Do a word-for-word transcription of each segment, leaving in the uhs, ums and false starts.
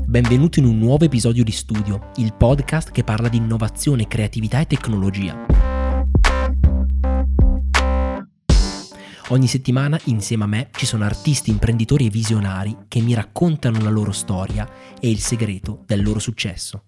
Benvenuto in un nuovo episodio di Studio, il podcast che parla di innovazione, creatività e tecnologia. Ogni settimana insieme a me ci sono artisti, imprenditori e visionari che mi raccontano la loro storia e il segreto del loro successo.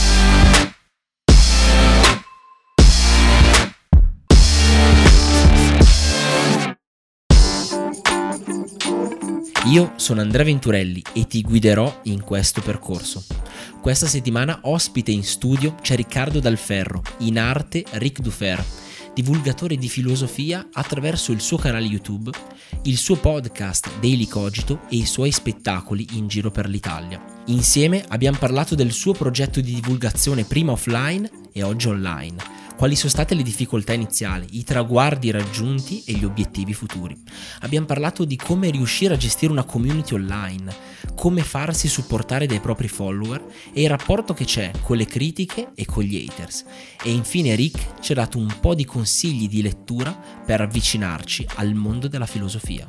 Io sono Andrea Venturelli e ti guiderò in questo percorso. Questa settimana ospite in studio c'è Riccardo Dal Ferro, in arte Ric Dufer, divulgatore di filosofia attraverso il suo canale YouTube, il suo podcast Daily Cogito e i suoi spettacoli in giro per l'Italia. Insieme abbiamo parlato del suo progetto di divulgazione prima offline e oggi online. Quali sono state le difficoltà iniziali, i traguardi raggiunti e gli obiettivi futuri. Abbiamo parlato di come riuscire a gestire una community online, come farsi supportare dai propri follower e il rapporto che c'è con le critiche e con gli haters. E infine Rick ci ha dato un po' di consigli di lettura per avvicinarci al mondo della filosofia.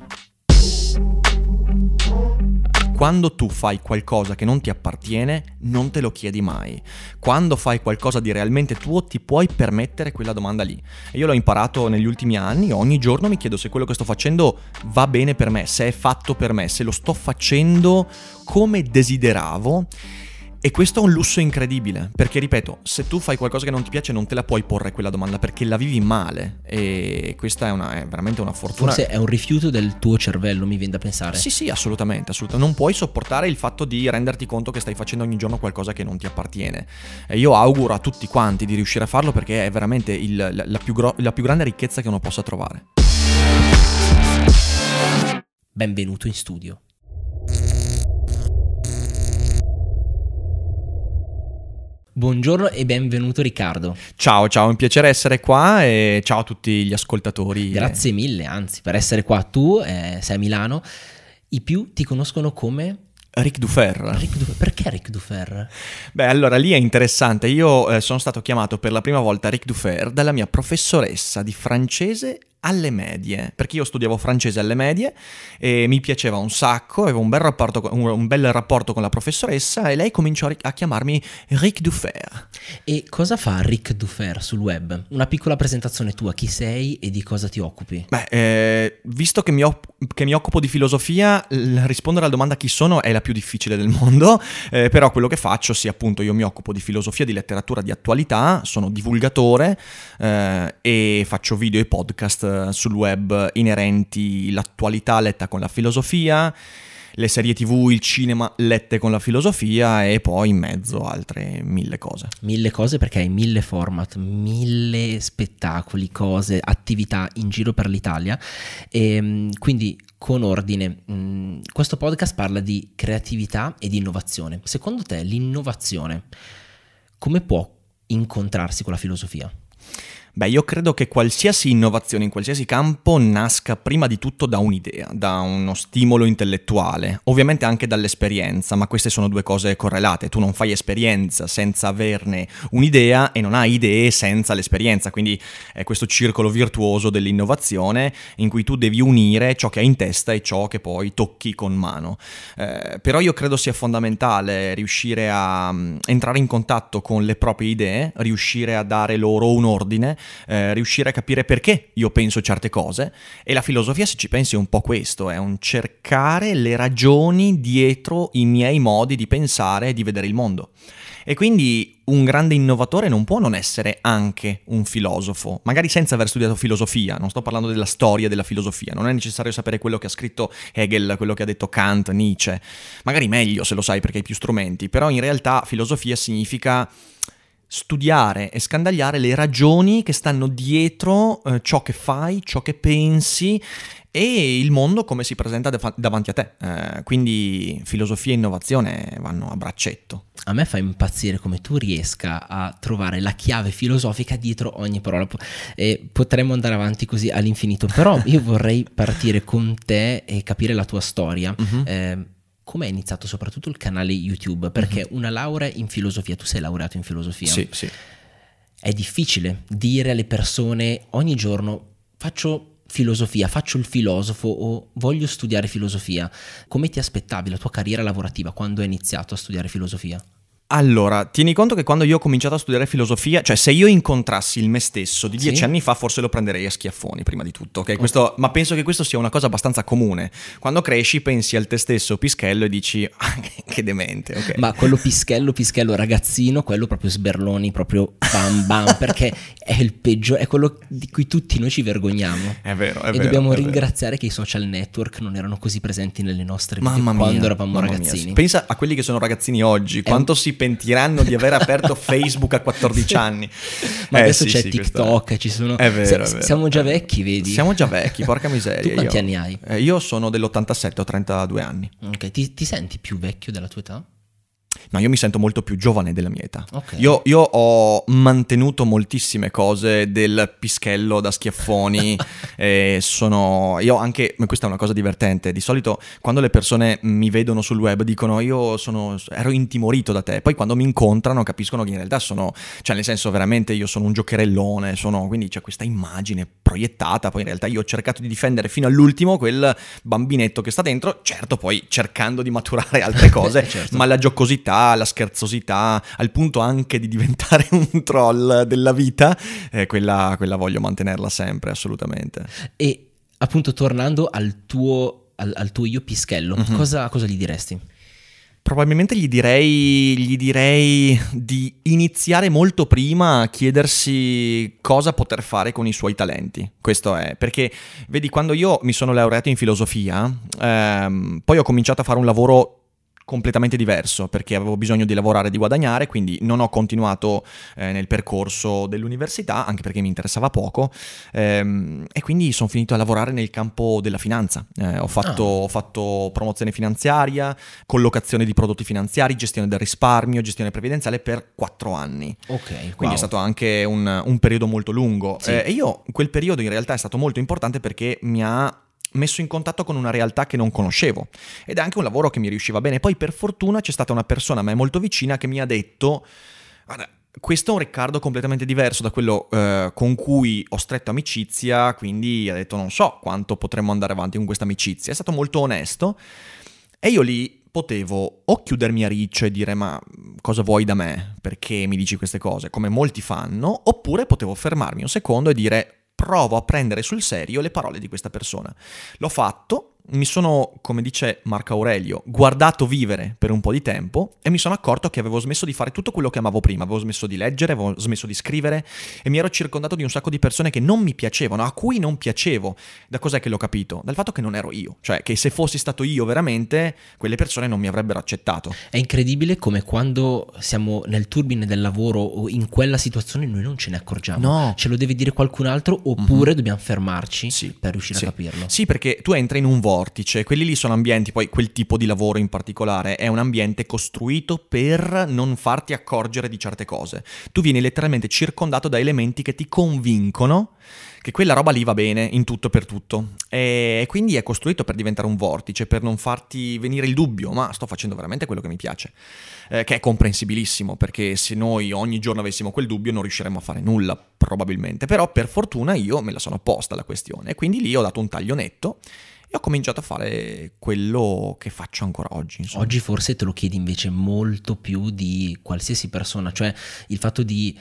Quando tu fai qualcosa che non ti appartiene, non te lo chiedi mai. Quando fai qualcosa di realmente tuo, ti puoi permettere quella domanda lì. E io l'ho imparato negli ultimi anni, ogni giorno mi chiedo se quello che sto facendo va bene per me, se è fatto per me, se lo sto facendo come desideravo. E questo è un lusso incredibile, perché ripeto, se tu fai qualcosa che non ti piace non te la puoi porre quella domanda, perché la vivi male, e questa è, una, è veramente una fortuna. Forse è un rifiuto del tuo cervello, mi viene da pensare. Sì, sì, assolutamente, assolutamente. Non puoi sopportare il fatto di renderti conto che stai facendo ogni giorno qualcosa che non ti appartiene. E io auguro a tutti quanti di riuscire a farlo, perché è veramente il, la, la, più gro- la più grande ricchezza che uno possa trovare. Benvenuto in studio. Buongiorno e benvenuto Riccardo. Ciao, ciao, è un piacere essere qua e ciao a tutti gli ascoltatori. Grazie mille, anzi, per essere qua. Tu eh, sei a Milano, i più ti conoscono come... Ric Dufer. Ric Dufer. Perché Ric Dufer? Beh, allora lì è interessante. Io eh, sono stato chiamato per la prima volta Ric Dufer dalla mia professoressa di francese alle medie, perché io studiavo francese alle medie e mi piaceva un sacco, avevo un bel rapporto, un, un bel rapporto con la professoressa e lei cominciò a chiamarmi Ric Dufer. E cosa fa Ric Dufer sul web? Una piccola presentazione tua, chi sei e di cosa ti occupi? Beh, eh, visto che mi, op- che mi occupo di filosofia, l- rispondere alla domanda chi sono è la più difficile del mondo, eh, però quello che faccio, sì, appunto, io mi occupo di filosofia, di letteratura, di attualità, sono divulgatore eh, e faccio video e podcast sul web inerenti l'attualità letta con la filosofia, le serie tv, il cinema lette con la filosofia e poi in mezzo altre mille cose. Mille cose perché hai mille format, mille spettacoli, cose, attività in giro per l'Italia e quindi con ordine. Questo podcast parla di creatività e di innovazione. Secondo te l'innovazione come può incontrarsi con la filosofia? Beh, io credo che qualsiasi innovazione in qualsiasi campo nasca prima di tutto da un'idea, da uno stimolo intellettuale, ovviamente anche dall'esperienza, ma queste sono due cose correlate. Tu non fai esperienza senza averne un'idea e non hai idee senza l'esperienza, quindi è questo circolo virtuoso dell'innovazione in cui tu devi unire ciò che hai in testa e ciò che poi tocchi con mano. Eh, però io credo sia fondamentale riuscire a um, entrare in contatto con le proprie idee, riuscire a dare loro un ordine, Eh, riuscire a capire perché io penso certe cose, e la filosofia, se ci pensi, è un po' questo, è un cercare le ragioni dietro i miei modi di pensare e di vedere il mondo. E quindi un grande innovatore non può non essere anche un filosofo, magari senza aver studiato filosofia. Non sto parlando della storia della filosofia, non è necessario sapere quello che ha scritto Hegel, quello che ha detto Kant, Nietzsche, magari meglio se lo sai perché hai più strumenti, però in realtà filosofia significa studiare e scandagliare le ragioni che stanno dietro eh, ciò che fai, ciò che pensi e il mondo come si presenta dav- davanti a te. Eh, quindi filosofia e innovazione vanno a braccetto. A me fa impazzire come tu riesca a trovare la chiave filosofica dietro ogni parola. E potremmo andare avanti così all'infinito, però io vorrei partire con te e capire la tua storia. Uh-huh. Eh, come è iniziato soprattutto il canale YouTube? Perché uh-huh. una laurea in filosofia, tu sei laureato in filosofia. Sì, sì. È difficile dire alle persone ogni giorno faccio filosofia, faccio il filosofo o voglio studiare filosofia, come ti aspettavi la tua carriera lavorativa quando hai iniziato a studiare filosofia? Allora, tieni conto che quando io ho cominciato a studiare filosofia, cioè se io incontrassi il me stesso di dieci Sì? anni fa, forse lo prenderei a schiaffoni prima di tutto, ok? Questo, ma penso che questo sia una cosa abbastanza comune. Quando cresci pensi al te stesso pischello e dici, ah, che demente, ok? Ma quello pischello, pischello ragazzino, quello proprio sberloni, proprio bam bam, perché è il peggio, è quello di cui tutti noi ci vergogniamo. È vero, è e vero. dobbiamo è ringraziare vero. che i social network non erano così presenti nelle nostre vite Mamma quando mia, eravamo mamma ragazzini. mia. Pensa a quelli che sono ragazzini oggi, È quanto un... si pentiranno di aver aperto Facebook a quattordici anni. Ma Eh, adesso sì, c'è sì, TikTok, questa- ci sono... È vero, Se- è vero, siamo già è vero. vecchi, vedi? Siamo già vecchi, porca miseria. Tu quanti io, anni hai? eh, io sono dell'ottantasette, ho trentadue anni. Ok, ti, ti senti più vecchio della tua età? No, io mi sento molto più giovane della mia età. Ok. Io, io ho mantenuto moltissime cose del pischello da schiaffoni. E sono. Io anche. Questa è una cosa divertente. Di solito, quando le persone mi vedono sul web, dicono io sono, ero intimorito da te. Poi, quando mi incontrano, capiscono che in realtà sono. Cioè, nel senso, veramente io sono un giocherellone. Sono, quindi c'è questa immagine proiettata. Poi, in realtà, io ho cercato di difendere fino all'ultimo quel bambinetto che sta dentro. Certo, poi cercando di maturare altre cose, Certo. ma la giocosità, la scherzosità, al punto anche di diventare un troll della vita, eh, quella, quella voglio mantenerla sempre, assolutamente. E appunto tornando al tuo, al, al tuo io pischello, Mhm. cosa, cosa gli diresti? Probabilmente gli direi, gli direi di iniziare molto prima a chiedersi cosa poter fare con i suoi talenti. Questo è, perché vedi, quando io mi sono laureato in filosofia, ehm, poi ho cominciato a fare un lavoro completamente diverso perché avevo bisogno di lavorare e di guadagnare, quindi non ho continuato eh, nel percorso dell'università, anche perché mi interessava poco, ehm, e quindi sono finito a lavorare nel campo della finanza. Eh, ho, fatto, Ah. ho fatto promozione finanziaria, collocazione di prodotti finanziari, gestione del risparmio, gestione previdenziale per quattro anni. Ok, Quindi wow. è stato anche un, un periodo molto lungo. Sì. Eh, e io quel periodo in realtà è stato molto importante perché mi ha messo in contatto con una realtà che non conoscevo ed è anche un lavoro che mi riusciva bene. Poi per fortuna c'è stata una persona a me molto vicina che mi ha detto: guarda, questo è un Riccardo completamente diverso da quello eh, con cui ho stretto amicizia, quindi ha detto non so quanto potremmo andare avanti con questa amicizia. È stato molto onesto e io lì potevo o chiudermi a riccio e dire ma cosa vuoi da me, perché mi dici queste cose, come molti fanno, oppure potevo fermarmi un secondo e dire provo a prendere sul serio le parole di questa persona. L'ho fatto, mi sono, come dice Marco Aurelio, guardato vivere per un po' di tempo e mi sono accorto che avevo smesso di fare tutto quello che amavo prima, avevo smesso di leggere, avevo smesso di scrivere e mi ero circondato di un sacco di persone che non mi piacevano, a cui non piacevo. Da cos'è che l'ho capito? Dal fatto che non ero io, cioè che se fossi stato io veramente, quelle persone non mi avrebbero accettato. È incredibile come quando siamo nel turbine del lavoro o in quella situazione noi non ce ne accorgiamo. No. Ce lo deve dire qualcun altro oppure Mhm. dobbiamo fermarci Sì, per riuscire sì. a capirlo. Sì, perché tu entri in un vortice, quelli lì sono ambienti, poi quel tipo di lavoro in particolare è un ambiente costruito per non farti accorgere di certe cose. Tu vieni letteralmente circondato da elementi che ti convincono che quella roba lì va bene in tutto e per tutto. E quindi è costruito per diventare un vortice, per non farti venire il dubbio, ma sto facendo veramente quello che mi piace. Eh, che è comprensibilissimo, perché se noi ogni giorno avessimo quel dubbio non riusciremmo a fare nulla, probabilmente. Però per fortuna io me la sono posta la questione, e quindi lì ho dato un taglio netto e ho cominciato a fare quello che faccio ancora oggi. Insomma. Oggi forse te lo chiedi invece molto più di qualsiasi persona, cioè il fatto di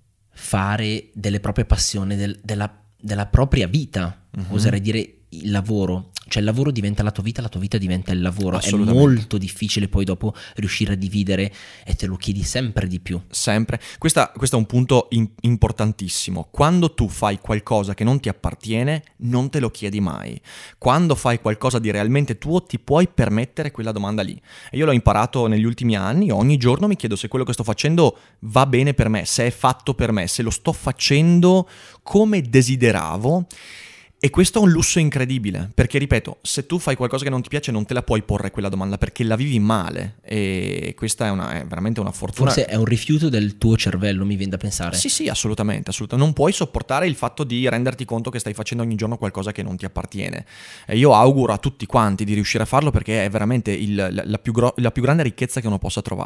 fare delle proprie passioni, del- della, della propria vita, Mhm. oserei dire il lavoro, cioè il lavoro diventa la tua vita, la tua vita diventa il lavoro, è Assolutamente. molto difficile poi dopo riuscire a dividere e te lo chiedi sempre di più. Sempre. Questa- questo è un punto in- importantissimo. Quando tu fai qualcosa che non ti appartiene, non te lo chiedi mai. Quando fai qualcosa di realmente tuo, ti puoi permettere quella domanda lì. E io l'ho imparato negli ultimi anni. Ogni giorno mi chiedo se quello che sto facendo va bene per me, se è fatto per me, se lo sto facendo come desideravo. E questo è un lusso incredibile, perché ripeto, se tu fai qualcosa che non ti piace non te la puoi porre quella domanda, perché la vivi male, e questa è, una, è veramente una fortuna. Forse è un rifiuto del tuo cervello, mi viene da pensare. Sì, sì, assolutamente, assolutamente. Non puoi sopportare il fatto di renderti conto che stai facendo ogni giorno qualcosa che non ti appartiene. E io auguro a tutti quanti di riuscire a farlo, perché è veramente il- la, la più gro- la più grande ricchezza che uno possa trovare.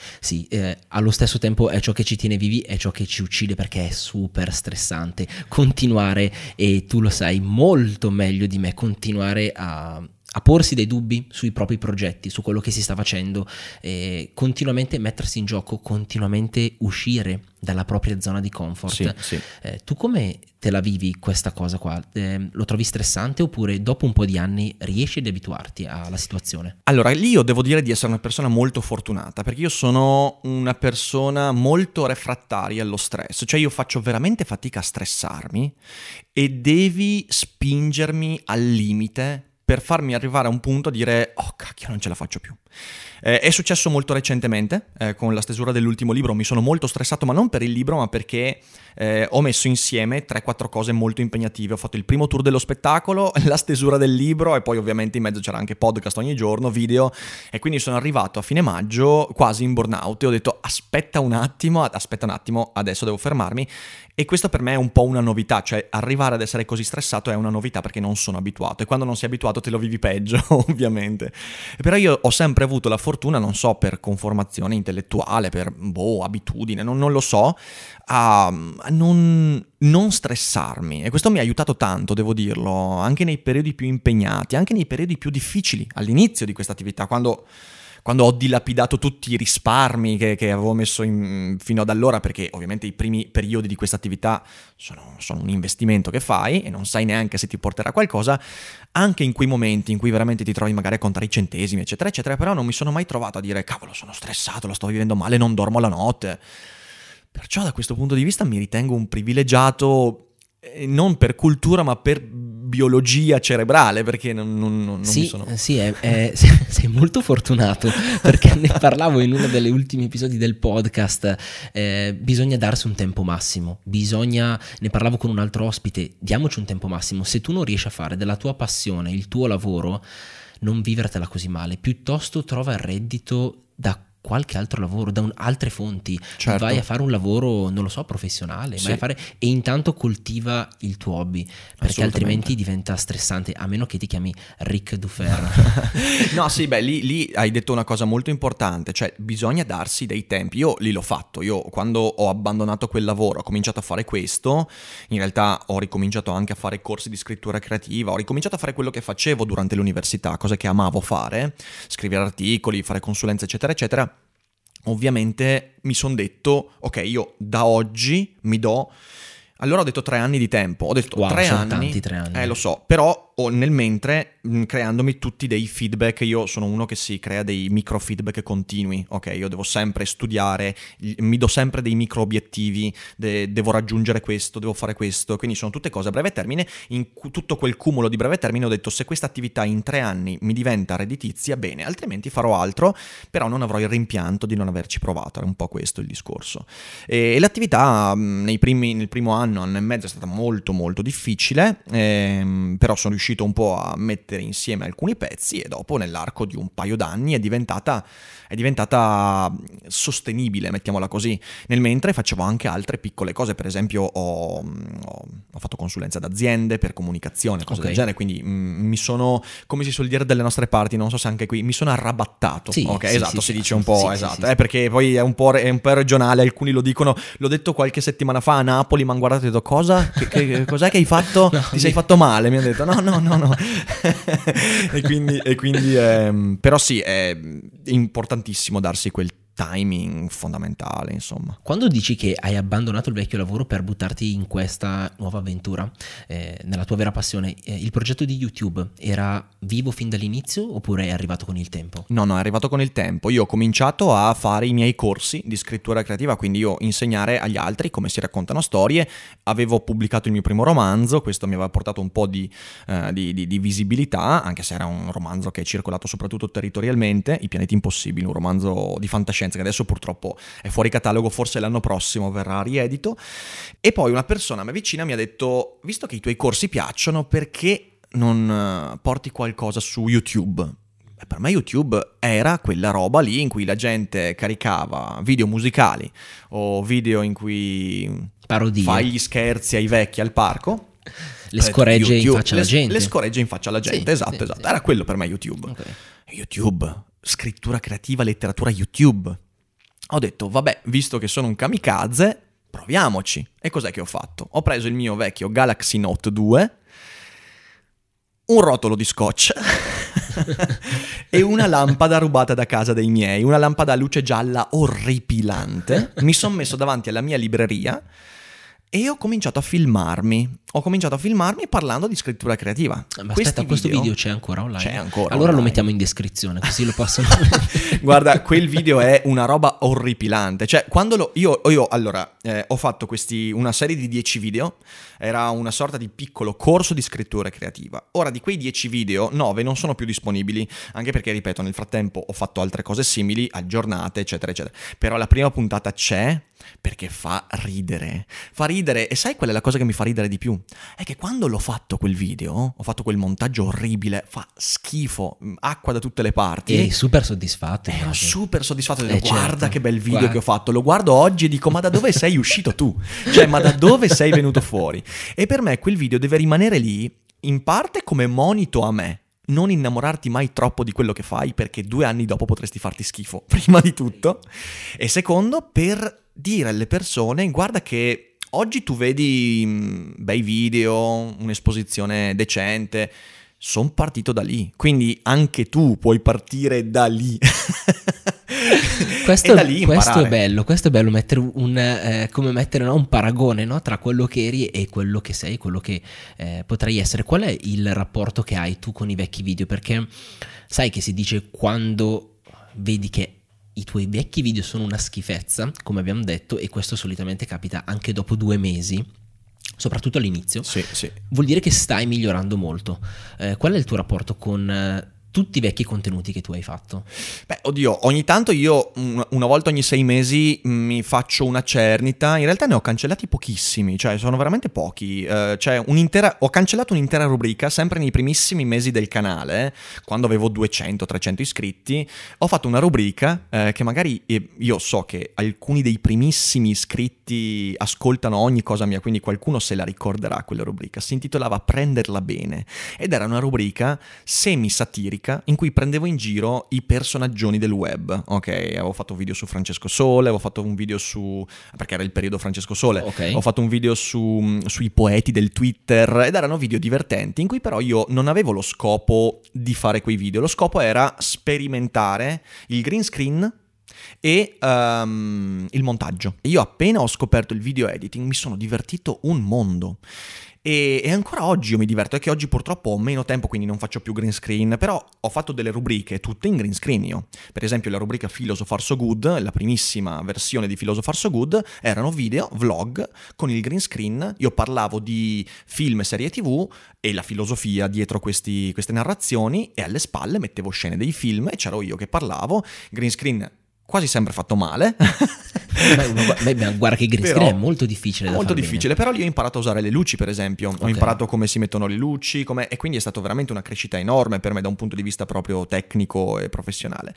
Sì, eh, allo stesso tempo è ciò che ci tiene vivi, è ciò che ci uccide perché è super stressante continuare, e tu lo sai molto meglio di me, continuare a, a porsi dei dubbi sui propri progetti, su quello che si sta facendo, eh, continuamente mettersi in gioco, continuamente uscire dalla propria zona di comfort. Sì, sì. Eh, tu come te la vivi questa cosa qua? Eh, lo trovi stressante oppure dopo un po' di anni riesci ad abituarti alla situazione? Allora, lì io devo dire di essere una persona molto fortunata, perché io sono una persona molto refrattaria allo stress, cioè io faccio veramente fatica a stressarmi e devi spingermi al limite per farmi arrivare a un punto a dire oh cacchio, non ce la faccio più. Eh, è successo molto recentemente, eh, con la stesura dell'ultimo libro mi sono molto stressato, ma non per il libro, ma perché eh, ho messo insieme tre quattro cose molto impegnative. Ho fatto il primo tour dello spettacolo, la stesura del libro e poi ovviamente in mezzo c'era anche podcast ogni giorno, video, e quindi sono arrivato a fine maggio quasi in burnout e ho detto aspetta un attimo, aspetta un attimo, adesso devo fermarmi. E questo per me è un po' una novità, cioè arrivare ad essere così stressato è una novità perché non sono abituato, e quando non sei abituato te lo vivi peggio ovviamente. Però io ho sempre avuto la fortuna, non so, per conformazione intellettuale, per boh, abitudine, non, non lo so, a, a non, non stressarmi, e questo mi ha aiutato tanto, devo dirlo, anche nei periodi più impegnati, anche nei periodi più difficili all'inizio di questa attività, quando... quando ho dilapidato tutti i risparmi che, che avevo messo in, fino ad allora, perché ovviamente i primi periodi di questa attività sono, sono un investimento che fai e non sai neanche se ti porterà a qualcosa, anche in quei momenti in cui veramente ti trovi magari a contare i centesimi, eccetera, eccetera, però non mi sono mai trovato a dire cavolo, sono stressato, lo sto vivendo male, non dormo la notte. Perciò da questo punto di vista mi ritengo un privilegiato, eh, non per cultura ma per biologia cerebrale, perché non, non, non sì, mi sono... Sì, è, è, sei molto fortunato, perché ne parlavo in uno degli ultimi episodi del podcast, eh, bisogna darsi un tempo massimo, bisogna, ne parlavo con un altro ospite, diamoci un tempo massimo. Se tu non riesci a fare della tua passione il tuo lavoro, non vivertela così male, piuttosto trova il reddito da qualche altro lavoro, da un, altre fonti, certo. Vai a fare un lavoro, non lo so, professionale, sì. vai a fare, e intanto coltiva il tuo hobby, perché altrimenti diventa stressante, a meno che ti chiami Ric Dufer. No, sì, beh, lì, lì hai detto una cosa molto importante, cioè bisogna darsi dei tempi. Io lì l'ho fatto, io quando ho abbandonato quel lavoro, ho cominciato a fare questo, in realtà ho ricominciato anche a fare corsi di scrittura creativa, ho ricominciato a fare quello che facevo durante l'università, cose che amavo fare, scrivere articoli, fare consulenze, eccetera, eccetera. Ovviamente mi sono detto, ok, io da oggi mi do... Allora ho detto tre anni di tempo, ho detto wow, tre sono anni, tanti tre anni. Eh lo so, però ho nel mentre mh, creandomi tutti dei feedback, io sono uno che si crea dei micro feedback continui, ok, io devo sempre studiare, mi do sempre dei micro obiettivi, de- devo raggiungere questo, devo fare questo, quindi sono tutte cose a breve termine. In cu- tutto quel cumulo di breve termine ho detto se questa attività in tre anni mi diventa redditizia, bene, altrimenti farò altro, però non avrò il rimpianto di non averci provato, è un po' questo il discorso. E, e l'attività mh, nei primi, nel primo anno, anno e mezzo è stata molto molto difficile, ehm, però sono riuscito un po' a mettere insieme alcuni pezzi e dopo nell'arco di un paio d'anni è diventata, è diventata sostenibile, mettiamola così. Nel mentre facevo anche altre piccole cose, per esempio ho, ho, ho fatto consulenza d'aziende per comunicazione, cose okay. del genere, quindi mh, mi sono, come si suol dire dalle nostre parti, non so se anche qui, mi sono arrabattato, sì, ok, sì, esatto, sì, si sì, dice sì, un po', sì, esatto, sì, sì, eh, perché poi è un po', è un po' regionale, alcuni lo dicono, l'ho detto qualche settimana fa a Napoli, mi hanno guardato e detto cosa? Che, che, cos'è che hai fatto? No, ti sei fatto male? Mi hanno detto no, no, no, no. e quindi, e quindi ehm, però sì, è importantissimo darsi quel timing fondamentale, insomma. Quando dici che hai abbandonato il vecchio lavoro per buttarti in questa nuova avventura, eh, nella tua vera passione, eh, il progetto di YouTube era vivo fin dall'inizio oppure è arrivato con il tempo? No, no, è arrivato con il tempo. Io ho cominciato a fare i miei corsi di scrittura creativa, quindi io insegnare agli altri come si raccontano storie. Avevo pubblicato il mio primo romanzo, questo mi aveva portato un po' di, uh, di, di, di visibilità, anche se era un romanzo che è circolato soprattutto territorialmente, I pianeti impossibili, un romanzo di fantascienza che adesso purtroppo è fuori catalogo, forse l'anno prossimo verrà riedito. E poi una persona a me vicina mi ha detto, visto che i tuoi corsi piacciono, perché non porti qualcosa su YouTube? E per me YouTube era quella roba lì in cui la gente caricava video musicali o video in cui parodie, fai gli scherzi ai vecchi al parco, le scoregge in faccia alla le, gente le scoregge in faccia alla gente, sì, esatto, sì, esatto. Sì. Era quello per me YouTube. Okay. YouTube, scrittura creativa, letteratura YouTube. Ho detto, vabbè, visto che sono un kamikaze, proviamoci. E cos'è che ho fatto? Ho preso il mio vecchio Galaxy Note due, un rotolo di scotch e una lampada rubata da casa dei miei, una lampada a luce gialla orripilante. Mi sono messo davanti alla mia libreria e ho cominciato a filmarmi. Ho cominciato a filmarmi parlando di scrittura creativa. Ma aspetta, Questi questo video... video c'è ancora online? C'è ancora Allora online. Lo mettiamo in descrizione, così lo possono... Guarda, quel video è una roba orripilante. Cioè, quando lo... Io, io allora, eh, ho fatto questi... una serie di dieci video. Era una sorta di piccolo corso di scrittura creativa. Ora, di quei dieci video, nove non sono più disponibili. Anche perché, ripeto, nel frattempo ho fatto altre cose simili, aggiornate, eccetera, eccetera. Però la prima puntata c'è... perché fa ridere, fa ridere. E sai qual è la cosa che mi fa ridere di più? È che quando l'ho fatto quel video, ho fatto quel montaggio orribile, fa schifo, acqua da tutte le parti. Eri super soddisfatto. Ero immagino. super soddisfatto, ho Eh, detto, guarda certo. che bel video Guarda. che ho fatto, lo guardo oggi e dico, ma da dove sei uscito tu? Cioè, ma da dove sei venuto fuori? E per me quel video deve rimanere lì, in parte come monito a me. Non innamorarti mai troppo di quello che fai, perché due anni dopo potresti farti schifo, prima di tutto. E secondo, per dire alle persone, guarda che oggi tu vedi mh, bei video, un'esposizione decente, sono partito da lì, quindi anche tu puoi partire da lì. Questo, e da lì questo imparare. è bello, questo è bello, mettere un, eh, come mettere no, un paragone, no, tra quello che eri e quello che sei, quello che eh, potrai essere. Qual è il rapporto che hai tu con i vecchi video? Perché sai che si dice, quando vedi che i tuoi vecchi video sono una schifezza, come abbiamo detto, e questo solitamente capita anche dopo due mesi, soprattutto all'inizio, Sì, sì. vuol dire che stai migliorando molto. Eh, qual è il tuo rapporto con eh, tutti i vecchi contenuti che tu hai fatto? Beh, oddio, ogni tanto io un- una volta ogni sei mesi mi faccio una cernita. In realtà ne ho cancellati pochissimi, cioè sono veramente pochi. Eh, cioè un'intera, ho cancellato un'intera rubrica sempre nei primissimi mesi del canale, eh, quando avevo duecento trecento iscritti. Ho fatto una rubrica eh, che magari eh, io so che alcuni dei primissimi iscritti ascoltano ogni cosa mia, quindi qualcuno se la ricorderà quella rubrica. Si intitolava Prenderla bene ed era una rubrica semi-satirica in cui prendevo in giro i personaggioni del web. Ok, avevo fatto un video su Francesco Sole, avevo fatto un video su... perché era il periodo Francesco Sole, Ok. ho fatto un video su, sui poeti del Twitter, ed erano video divertenti in cui però io non avevo lo scopo di fare quei video, lo scopo era sperimentare il green screen e um, il montaggio. Io appena ho scoperto il video editing mi sono divertito un mondo. E, e ancora oggi io mi diverto, è che oggi purtroppo ho meno tempo, quindi non faccio più green screen, però ho fatto delle rubriche tutte in green screen io. Per esempio la rubrica Philosopher So Good, la primissima versione di Philosopher So Good, erano video, vlog, con il green screen. Io parlavo di film e serie tv e la filosofia dietro questi, queste narrazioni, e alle spalle mettevo scene dei film e c'ero io che parlavo. Green screen quasi sempre fatto male. Beh, uno- beh, ma guarda che green screen Però- è molto difficile da molto far difficile, però lì ho imparato a usare le luci, per esempio. Ho Ok. imparato come si mettono le luci, come... e quindi è stato veramente una crescita enorme per me da un punto di vista proprio tecnico e professionale.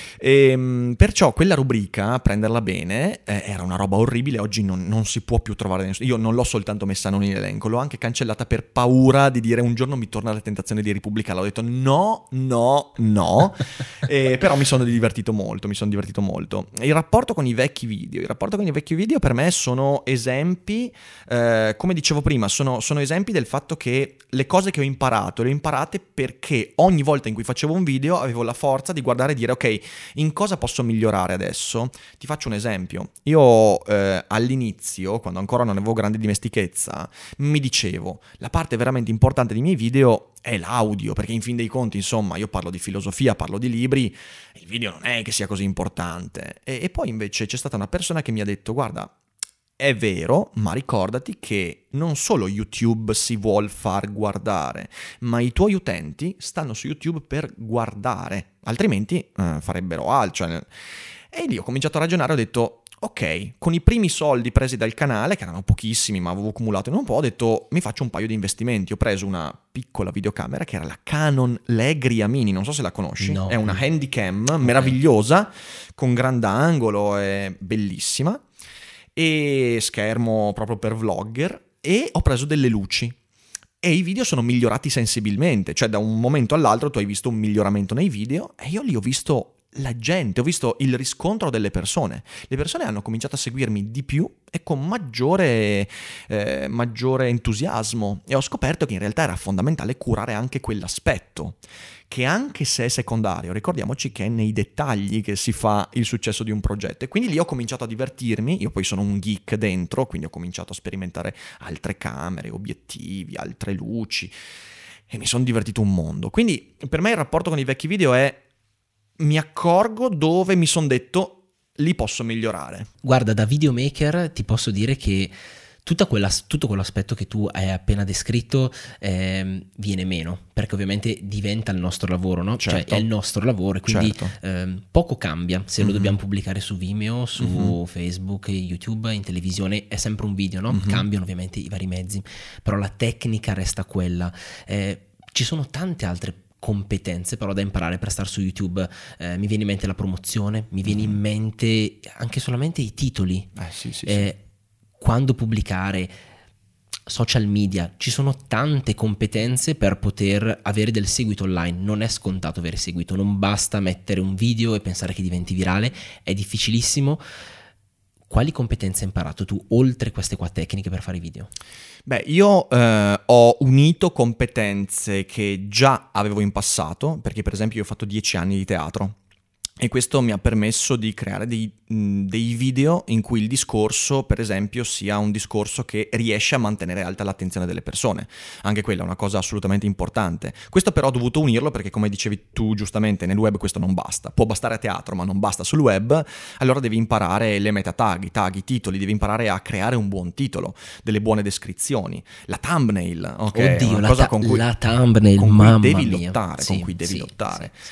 E, perciò quella rubrica, Prenderla bene, eh, era una roba orribile. Oggi non, non si può più trovare nessuno. Io non l'ho soltanto messa non in elenco, l'ho anche cancellata per paura di dire un giorno mi torna la tentazione di ripubblicarla. Ho detto no, no, no. E, però mi sono divertito molto, mi sono divertito molto. Il rapporto con i vecchi video, il rapporto con i vecchi video per me sono esempi, eh, come dicevo prima, sono, sono esempi del fatto che le cose che ho imparato, le ho imparate perché ogni volta in cui facevo un video avevo la forza di guardare e dire ok, in cosa posso migliorare adesso? Ti faccio un esempio. Io eh, all'inizio, quando ancora non avevo grande dimestichezza, mi dicevo, la parte veramente importante dei miei video è l'audio, perché in fin dei conti, insomma, io parlo di filosofia, parlo di libri, il video non è che sia così importante. E, e poi invece c'è stata una persona che mi ha detto, guarda, è vero, ma ricordati che non solo YouTube si vuol far guardare, ma i tuoi utenti stanno su YouTube per guardare, altrimenti eh, farebbero altro. Cioè... E lì ho cominciato a ragionare, ho detto, ok, con i primi soldi presi dal canale, che erano pochissimi ma avevo accumulato in un po', ho detto mi faccio un paio di investimenti. Ho preso una piccola videocamera che era la Canon Legria Mini, non so se la conosci, No. è una handycam meravigliosa, con grandangolo, è bellissima, e schermo proprio per vlogger, e ho preso delle luci. E i video sono migliorati sensibilmente, cioè da un momento all'altro tu hai visto un miglioramento nei video, e io lì ho visto la gente, ho visto il riscontro delle persone. Le persone hanno cominciato a seguirmi di più e con maggiore, eh, maggiore entusiasmo, e ho scoperto che in realtà era fondamentale curare anche quell'aspetto, che anche se è secondario, ricordiamoci che è nei dettagli che si fa il successo di un progetto. E quindi lì ho cominciato a divertirmi, io poi sono un geek dentro, quindi ho cominciato a sperimentare altre camere, obiettivi, altre luci, e mi sono divertito un mondo. Quindi per me il rapporto con i vecchi video è: mi accorgo dove mi sono detto li posso migliorare. Guarda, da videomaker ti posso dire che tutta quella, tutto quell'aspetto che tu hai appena descritto eh, viene meno, perché ovviamente diventa il nostro lavoro, no? Certo. Cioè è il nostro lavoro, e quindi Certo. eh, poco cambia se Mm-hmm. lo dobbiamo pubblicare su Vimeo, su Mm-hmm. Facebook, YouTube, in televisione, è sempre un video, no? Mm-hmm. Cambiano ovviamente i vari mezzi, però la tecnica resta quella. Eh, ci sono tante altre competenze però da imparare per stare su YouTube. Eh, mi viene in mente la promozione, mi viene in mente anche solamente i titoli. Eh sì, sì, Eh, quando pubblicare, social media, ci sono tante competenze per poter avere del seguito online. Non è scontato avere seguito, non basta mettere un video e pensare che diventi virale, è difficilissimo. Quali competenze hai imparato tu oltre queste qua tecniche per fare i video? Beh, io eh, ho unito competenze che già avevo in passato, perché per esempio io ho fatto dieci anni di teatro. E questo mi ha permesso di creare dei, mh, dei video in cui il discorso, per esempio, sia un discorso che riesce a mantenere alta l'attenzione delle persone. Anche quella è una cosa assolutamente importante. Questo però ho dovuto unirlo perché, come dicevi tu giustamente, nel web questo non basta. Può bastare a teatro, ma non basta sul web. Allora devi imparare le meta tag, i tag, i titoli, devi imparare a creare un buon titolo, delle buone descrizioni, la thumbnail, ok? Oddio, una la, cosa ta- con cui, la thumbnail, con cui mamma devi mia. lottare, Sì, con cui devi sì, lottare. sì.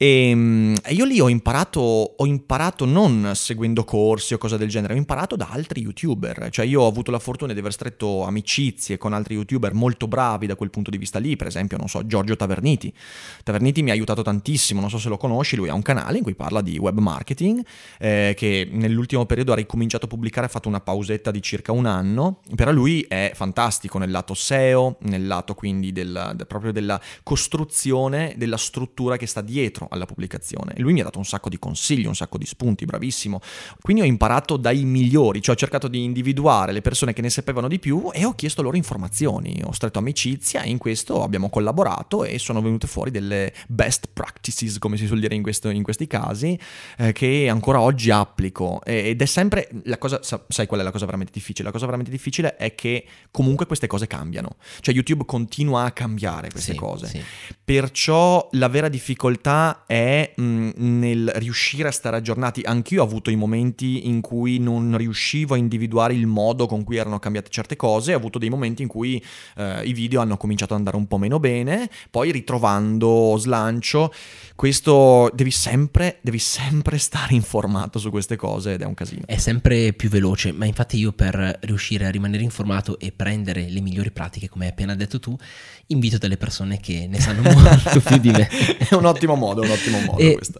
E io lì ho imparato, ho imparato non seguendo corsi o cose del genere, ho imparato da altri youtuber. Cioè io ho avuto la fortuna di aver stretto amicizie con altri youtuber molto bravi da quel punto di vista lì. Per esempio, non so, Giorgio Taverniti. Taverniti mi ha aiutato tantissimo, non so se lo conosci, lui ha un canale in cui parla di web marketing, eh, che nell'ultimo periodo ha ricominciato a pubblicare, ha fatto una pausetta di circa un anno, però lui è fantastico nel lato S E O, nel lato quindi del, del, proprio della costruzione, della struttura che sta dietro alla pubblicazione. E lui mi ha dato un sacco di consigli, un sacco di spunti, bravissimo. Quindi ho imparato dai migliori, cioè ho cercato di individuare le persone che ne sapevano di più e ho chiesto loro informazioni, ho stretto amicizia e in questo abbiamo collaborato e sono venute fuori delle best practices, come si suol dire in, questo, in questi casi, eh, che ancora oggi applico. Ed è sempre la cosa, sai qual è la cosa veramente difficile? La cosa veramente difficile è che comunque queste cose cambiano, cioè YouTube continua a cambiare queste Sì, cose, sì. perciò la vera difficoltà è mh, nel riuscire a stare aggiornati. Anch'io ho avuto i momenti in cui non riuscivo a individuare il modo con cui erano cambiate certe cose, ho avuto dei momenti in cui eh, i video hanno cominciato ad andare un po' meno bene, poi ritrovando slancio. Questo devi sempre, devi sempre stare informato su queste cose ed è un casino. È sempre più veloce, ma infatti io per riuscire a rimanere informato e prendere le migliori pratiche, come hai appena detto tu, invito delle persone che ne sanno molto più di me. È un ottimo modo, è un ottimo modo E questo.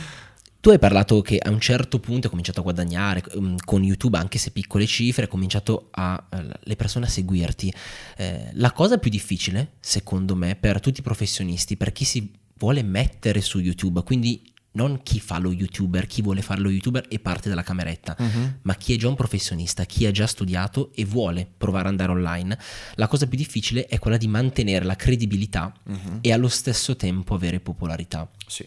tu hai parlato che a un certo punto hai cominciato a guadagnare um, con YouTube, anche se piccole cifre, hai cominciato a uh, le persone a seguirti. Eh, la cosa più difficile, secondo me, per tutti i professionisti, per chi si vuole mettere su YouTube, quindi non chi fa lo YouTuber, chi vuole fare lo YouTuber e parte dalla cameretta, Uh-huh. ma chi è già un professionista, chi ha già studiato e vuole provare ad andare online, la cosa più difficile è quella di mantenere la credibilità Uh-huh. e allo stesso tempo avere popolarità. Sì.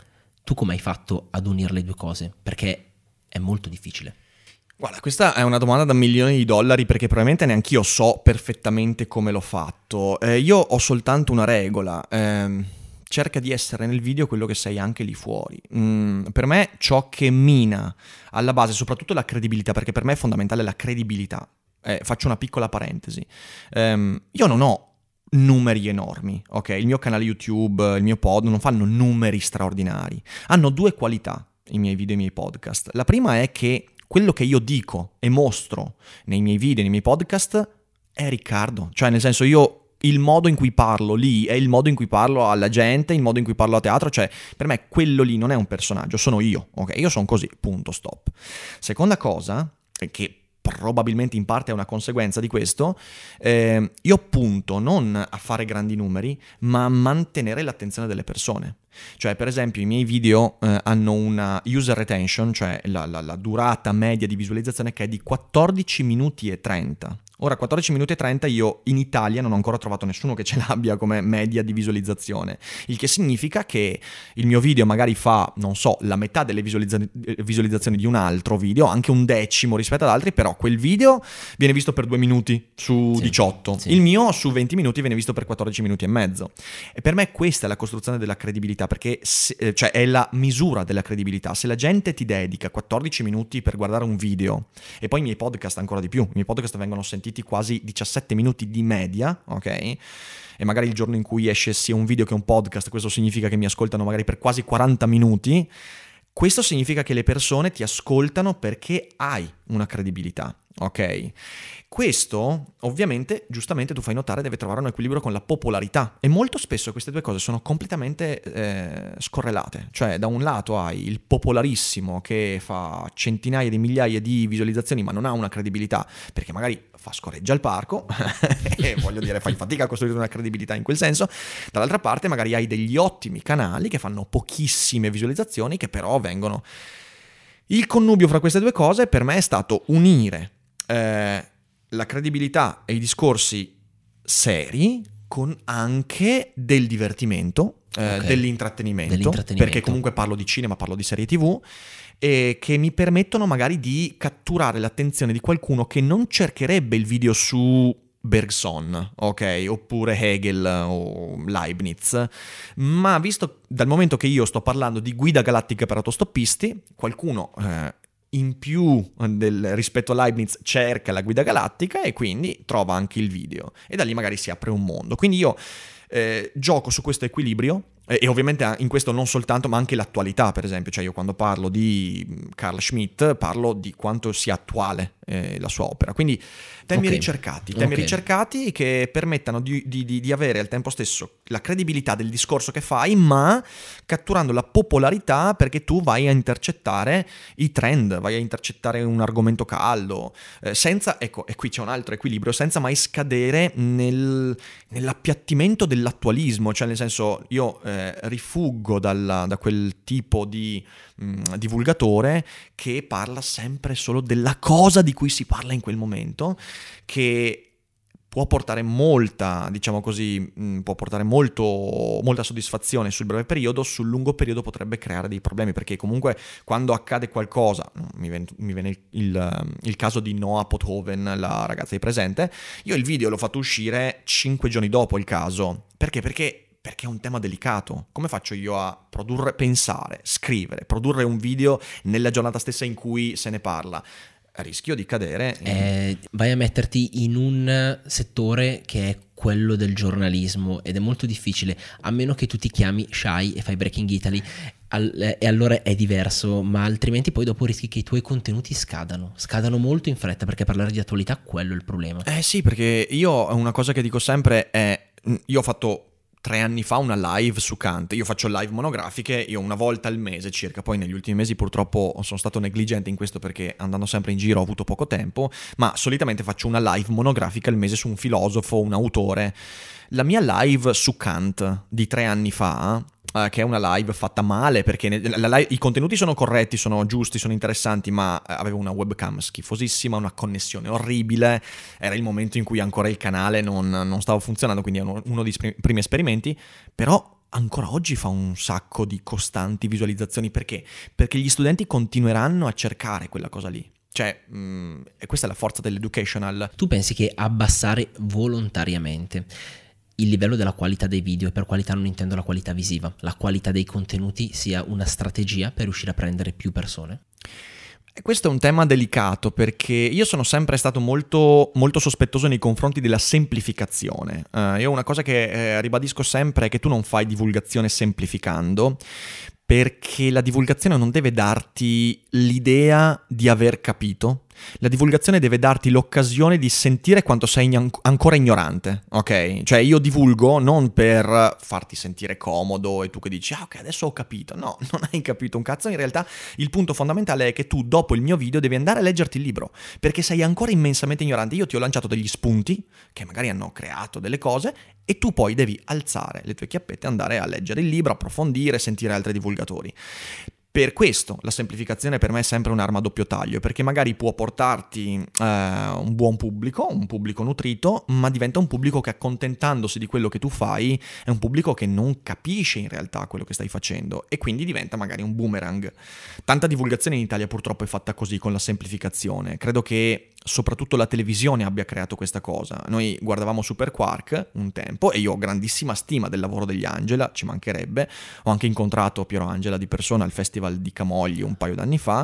Tu come hai fatto ad unire le due cose? Perché è molto difficile. Guarda, questa è una domanda da milioni di dollari perché probabilmente neanch'io so perfettamente come l'ho fatto. Eh, io ho soltanto una regola. Ehm... cerca di essere nel video quello che sei anche lì fuori. Mm, per me ciò che mina alla base, soprattutto la credibilità, perché per me è fondamentale la credibilità. Eh, faccio una piccola parentesi. Um, io non ho numeri enormi, ok? Il mio canale YouTube, il mio pod non fanno numeri straordinari. Hanno due qualità i miei video e i miei podcast. La prima è che quello che io dico e mostro nei miei video e nei miei podcast è Riccardo. Cioè, nel senso, io il modo in cui parlo lì è il modo in cui parlo alla gente, il modo in cui parlo a teatro, cioè per me quello lì non è un personaggio, sono io, ok? Io sono così, punto, stop. Seconda cosa, che probabilmente in parte è una conseguenza di questo, eh, io punto non a fare grandi numeri, ma a mantenere l'attenzione delle persone. Cioè, per esempio, i miei video eh, hanno una user retention, cioè la, la, la durata media di visualizzazione, che è di quattordici minuti e trenta. Ora, quattordici minuti e trenta io in Italia non ho ancora trovato nessuno che ce l'abbia come media di visualizzazione, il che significa che il mio video magari fa, non so, la metà delle visualizza- visualizzazioni di un altro video, anche un decimo rispetto ad altri, però quel video viene visto per due minuti su sì, diciotto, sì. Il mio su venti minuti viene visto per quattordici minuti e mezzo. E per me questa è la costruzione della credibilità, perché se, cioè è la misura della credibilità. Se la gente ti dedica quattordici minuti per guardare un video, e poi i miei podcast ancora di più, i miei podcast vengono sentiti quasi diciassette minuti di media, ok? E magari il giorno in cui esce sia un video che un podcast, questo significa che mi ascoltano magari per quasi quaranta minuti. Questo significa che le persone ti ascoltano perché hai una credibilità, ok? Questo, ovviamente, giustamente tu fai notare, deve trovare un equilibrio con la popolarità, e molto spesso queste due cose sono completamente eh, scorrelate. Cioè, da un lato hai il popolarissimo che fa centinaia di migliaia di visualizzazioni ma non ha una credibilità, perché magari fa scoreggia al parco e voglio dire fai fatica a costruire una credibilità in quel senso. Dall'altra parte magari hai degli ottimi canali che fanno pochissime visualizzazioni, che però vengono... Il connubio fra queste due cose per me è stato unire eh, la credibilità e i discorsi seri con anche del divertimento, eh, okay. dell'intrattenimento, dell'intrattenimento, perché comunque parlo di cinema, parlo di serie tivù, e che mi permettono magari di catturare l'attenzione di qualcuno che non cercherebbe il video su Bergson, ok, oppure Hegel o Leibniz, ma visto dal momento che io sto parlando di guida galattica per autostoppisti, qualcuno eh, in più del, rispetto a Leibniz cerca la guida galattica e quindi trova anche il video, e da lì magari si apre un mondo. Quindi io eh, gioco su questo equilibrio, e, e ovviamente in questo non soltanto, ma anche l'attualità. Per esempio, cioè io quando parlo di Carl Schmitt parlo di quanto sia attuale eh, la sua opera, quindi temi okay. ricercati temi okay. ricercati che permettano di, di, di, di avere al tempo stesso la credibilità del discorso che fai, ma catturando la popolarità, perché tu vai a intercettare i trend, vai a intercettare un argomento caldo, eh, senza, ecco, e qui c'è un altro equilibrio, senza mai scadere nel, nell'appiattimento dell'attualismo. Cioè, nel senso, io eh, rifuggo dalla, da quel tipo di mh, divulgatore che parla sempre solo della cosa di cui si parla in quel momento, che può portare molta, diciamo così, mh, può portare molto, molta soddisfazione sul breve periodo, sul lungo periodo potrebbe creare dei problemi, perché comunque quando accade qualcosa, mi viene, mi viene il, il, il caso di Noah Pothoven, la ragazza di presente, io il video l'ho fatto uscire cinque giorni dopo il caso. Perché? Perché perché è un tema delicato. Come faccio io a produrre, pensare, scrivere, produrre un video nella giornata stessa in cui se ne parla? Rischio di cadere in... eh, vai a metterti in un settore che è quello del giornalismo, ed è molto difficile, a meno che tu ti chiami Shai e fai Breaking Italy, al, e allora è diverso, ma altrimenti poi dopo rischi che i tuoi contenuti scadano scadano molto in fretta, perché parlare di attualità, quello è il problema. Eh sì, perché io una cosa che dico sempre è, io ho fatto tre anni fa una live su Kant. Io faccio live monografiche, io una volta al mese circa, poi negli ultimi mesi purtroppo sono stato negligente in questo perché andando sempre in giro ho avuto poco tempo, ma solitamente faccio una live monografica al mese su un filosofo, un autore. La mia live su Kant di tre anni fa, Uh, che è una live fatta male, perché ne, la live, i contenuti sono corretti, sono giusti, sono interessanti, ma uh, avevo una webcam schifosissima, una connessione orribile, era il momento in cui ancora il canale non, non stava funzionando, quindi è uno, uno dei spri- primi esperimenti, però ancora oggi fa un sacco di costanti visualizzazioni. Perché? Perché gli studenti continueranno a cercare quella cosa lì. Cioè, mh, e questa è la forza dell'educational. Tu pensi che abbassare volontariamente il livello della qualità dei video, e per qualità non intendo la qualità visiva, la qualità dei contenuti, sia una strategia per riuscire a prendere più persone? E questo è un tema delicato, perché io sono sempre stato molto, molto sospettoso nei confronti della semplificazione. Uh, io una cosa che eh, ribadisco sempre è che tu non fai divulgazione semplificando, perché la divulgazione non deve darti l'idea di aver capito. La divulgazione deve darti l'occasione di sentire quanto sei ign- ancora ignorante, ok? Cioè io divulgo non per farti sentire comodo e tu che dici ah ok adesso ho capito. No, non hai capito un cazzo. In realtà il punto fondamentale è che tu dopo il mio video devi andare a leggerti il libro, perché sei ancora immensamente ignorante. Io ti ho lanciato degli spunti che magari hanno creato delle cose e tu poi devi alzare le tue chiappette e andare a leggere il libro, approfondire, sentire altri divulgatori. Per questo la semplificazione per me è sempre un'arma a doppio taglio, perché magari può portarti eh, un buon pubblico, un pubblico nutrito, ma diventa un pubblico che, accontentandosi di quello che tu fai, è un pubblico che non capisce in realtà quello che stai facendo e quindi diventa magari un boomerang. Tanta divulgazione in Italia purtroppo è fatta così, con la semplificazione. Credo che soprattutto la televisione abbia creato questa cosa. Noi guardavamo Super Quark un tempo e io ho grandissima stima del lavoro degli Angela, ci mancherebbe. Ho anche incontrato Piero Angela di persona al Festival di Camogli un paio d'anni fa.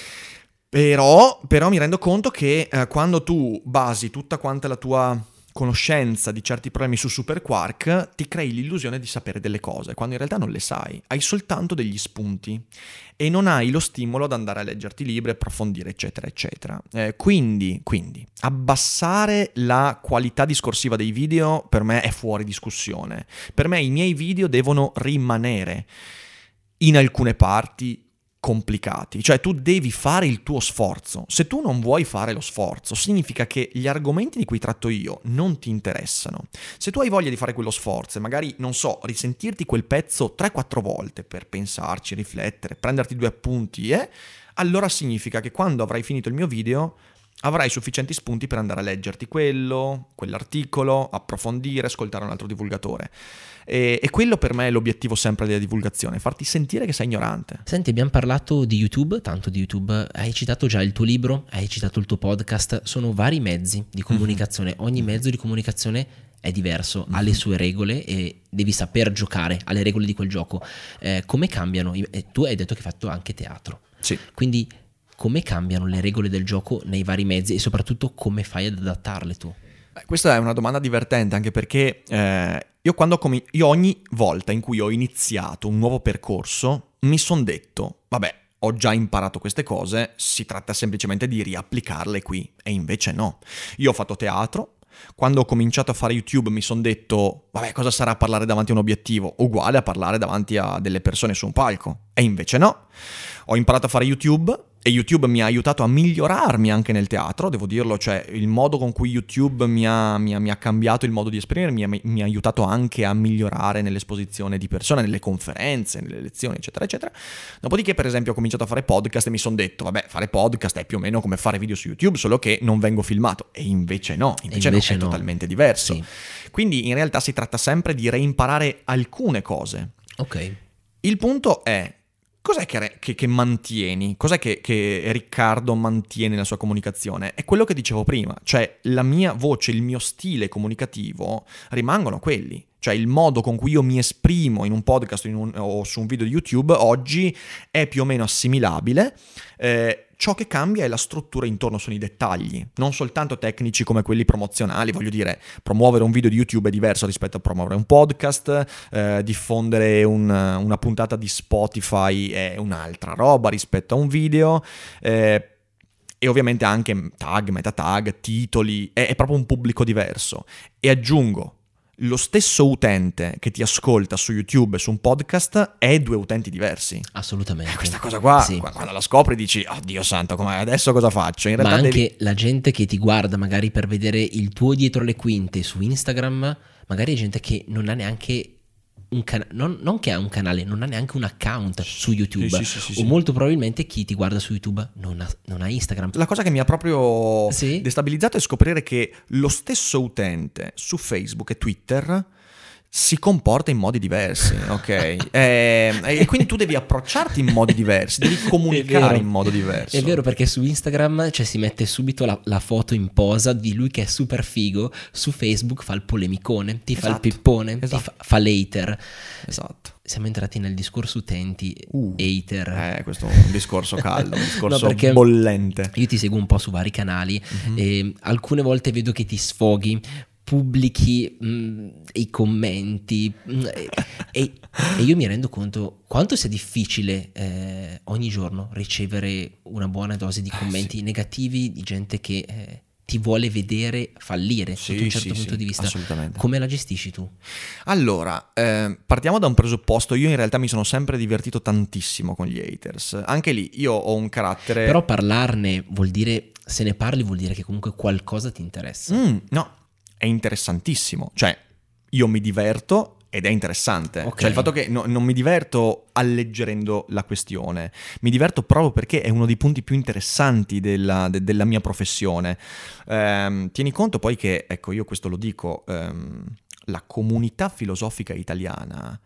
Però, però mi rendo conto che eh, quando tu basi tutta quanta la tua conoscenza di certi problemi su Super Quark, ti crei l'illusione di sapere delle cose, quando in realtà non le sai, hai soltanto degli spunti e non hai lo stimolo ad andare a leggerti libri, approfondire, eccetera, eccetera. Eh, quindi, quindi, abbassare la qualità discorsiva dei video per me è fuori discussione. Per me i miei video devono rimanere in alcune parti complicati, cioè tu devi fare il tuo sforzo. Se tu non vuoi fare lo sforzo, significa che gli argomenti di cui tratto io non ti interessano. Se tu hai voglia di fare quello sforzo e magari, non so, risentirti quel pezzo tre quattro volte per pensarci, riflettere, prenderti due appunti, eh, allora significa che quando avrai finito il mio video avrai sufficienti spunti per andare a leggerti quello, quell'articolo, approfondire, ascoltare un altro divulgatore. E, e quello per me è l'obiettivo sempre della divulgazione, farti sentire che sei ignorante. Senti, abbiamo parlato di YouTube, tanto di YouTube, hai citato già il tuo libro, hai citato il tuo podcast, sono vari mezzi di comunicazione, mm-hmm. ogni mezzo di comunicazione è diverso, mm-hmm. ha le sue regole e devi saper giocare alle regole di quel gioco. Eh, come cambiano? E tu hai detto che hai fatto anche teatro, sì. Quindi come cambiano le regole del gioco nei vari mezzi e soprattutto come fai ad adattarle tu? Beh, questa è una domanda divertente anche perché eh, io, quando com- io ogni volta in cui ho iniziato un nuovo percorso mi son detto, vabbè, ho già imparato queste cose, si tratta semplicemente di riapplicarle qui, e invece no. Io ho fatto teatro. Quando ho cominciato a fare YouTube mi sono detto, vabbè, cosa sarà parlare davanti a un obiettivo? Uguale a parlare davanti a delle persone su un palco. E invece no. Ho imparato a fare YouTube e YouTube mi ha aiutato a migliorarmi anche nel teatro, devo dirlo, cioè il modo con cui YouTube mi ha, mi ha, mi ha cambiato il modo di esprimermi, mi ha, mi ha aiutato anche a migliorare nell'esposizione di persone, nelle conferenze, nelle lezioni, eccetera, eccetera. Dopodiché, per esempio, ho cominciato a fare podcast e mi sono detto, vabbè, fare podcast è più o meno come fare video su YouTube, solo che non vengo filmato. E invece no, invece, invece no, è no. totalmente diverso. Sì. Quindi in realtà si tratta sempre di reimparare alcune cose. Ok. Il punto è, cos'è che, che, che mantieni? Cos'è che, che Riccardo mantiene nella sua comunicazione? È quello che dicevo prima, cioè la mia voce, il mio stile comunicativo rimangono quelli. Cioè il modo con cui io mi esprimo in un podcast in un, o su un video di YouTube oggi è più o meno assimilabile. Eh, ciò che cambia è la struttura intorno, sono i dettagli, non soltanto tecnici come quelli promozionali. Voglio dire, promuovere un video di YouTube è diverso rispetto a promuovere un podcast, eh, diffondere un, una puntata di Spotify è un'altra roba rispetto a un video, eh, e ovviamente anche tag, meta tag, titoli, è, è proprio un pubblico diverso. E aggiungo, lo stesso utente che ti ascolta su YouTube e su un podcast è due utenti diversi. Assolutamente. Eh, questa cosa qua, sì. quando la scopri dici, oh Dio santo, com'è? Adesso cosa faccio? In Ma realtà anche devi... la gente che ti guarda magari per vedere il tuo dietro le quinte su Instagram, magari è gente che non ha neanche un canale, non, non che ha un canale, non ha neanche un account su YouTube, sì, sì, sì, sì, o sì. molto probabilmente chi ti guarda su YouTube non ha, non ha Instagram. La cosa che mi ha proprio sì? destabilizzato è scoprire che lo stesso utente su Facebook e Twitter si comporta in modi diversi, ok? e, e quindi tu devi approcciarti in modi diversi, devi comunicare in modo diverso. È vero, perché su Instagram, cioè, si mette subito la, la foto in posa di lui che è super figo, su Facebook fa il polemicone, ti esatto, fa il pippone, esatto. ti fa, fa l'hater. Esatto. Siamo entrati nel discorso utenti, uh, hater. Eh, questo è un discorso caldo, un discorso no, bollente. Io ti seguo un po' su vari canali, mm-hmm. e alcune volte vedo che ti sfoghi, pubblichi mh, i commenti mh, e, e, e io mi rendo conto quanto sia difficile eh, ogni giorno ricevere una buona dose di commenti eh, sì. negativi di gente che eh, ti vuole vedere fallire sì, sotto un certo sì, punto sì, di vista. Assolutamente. Come la gestisci tu? Allora, eh, partiamo da un presupposto. Io in realtà mi sono sempre divertito tantissimo con gli haters. Anche lì io ho un carattere... Però parlarne vuol dire, se ne parli vuol dire che comunque qualcosa ti interessa. Mm, no. È interessantissimo, cioè io mi diverto ed è interessante. Okay. Cioè il fatto che no, non mi diverto alleggerendo la questione, mi diverto proprio perché è uno dei punti più interessanti della, de, della mia professione. Ehm, tieni conto poi che, ecco, io questo lo dico, ehm, la comunità filosofica italiana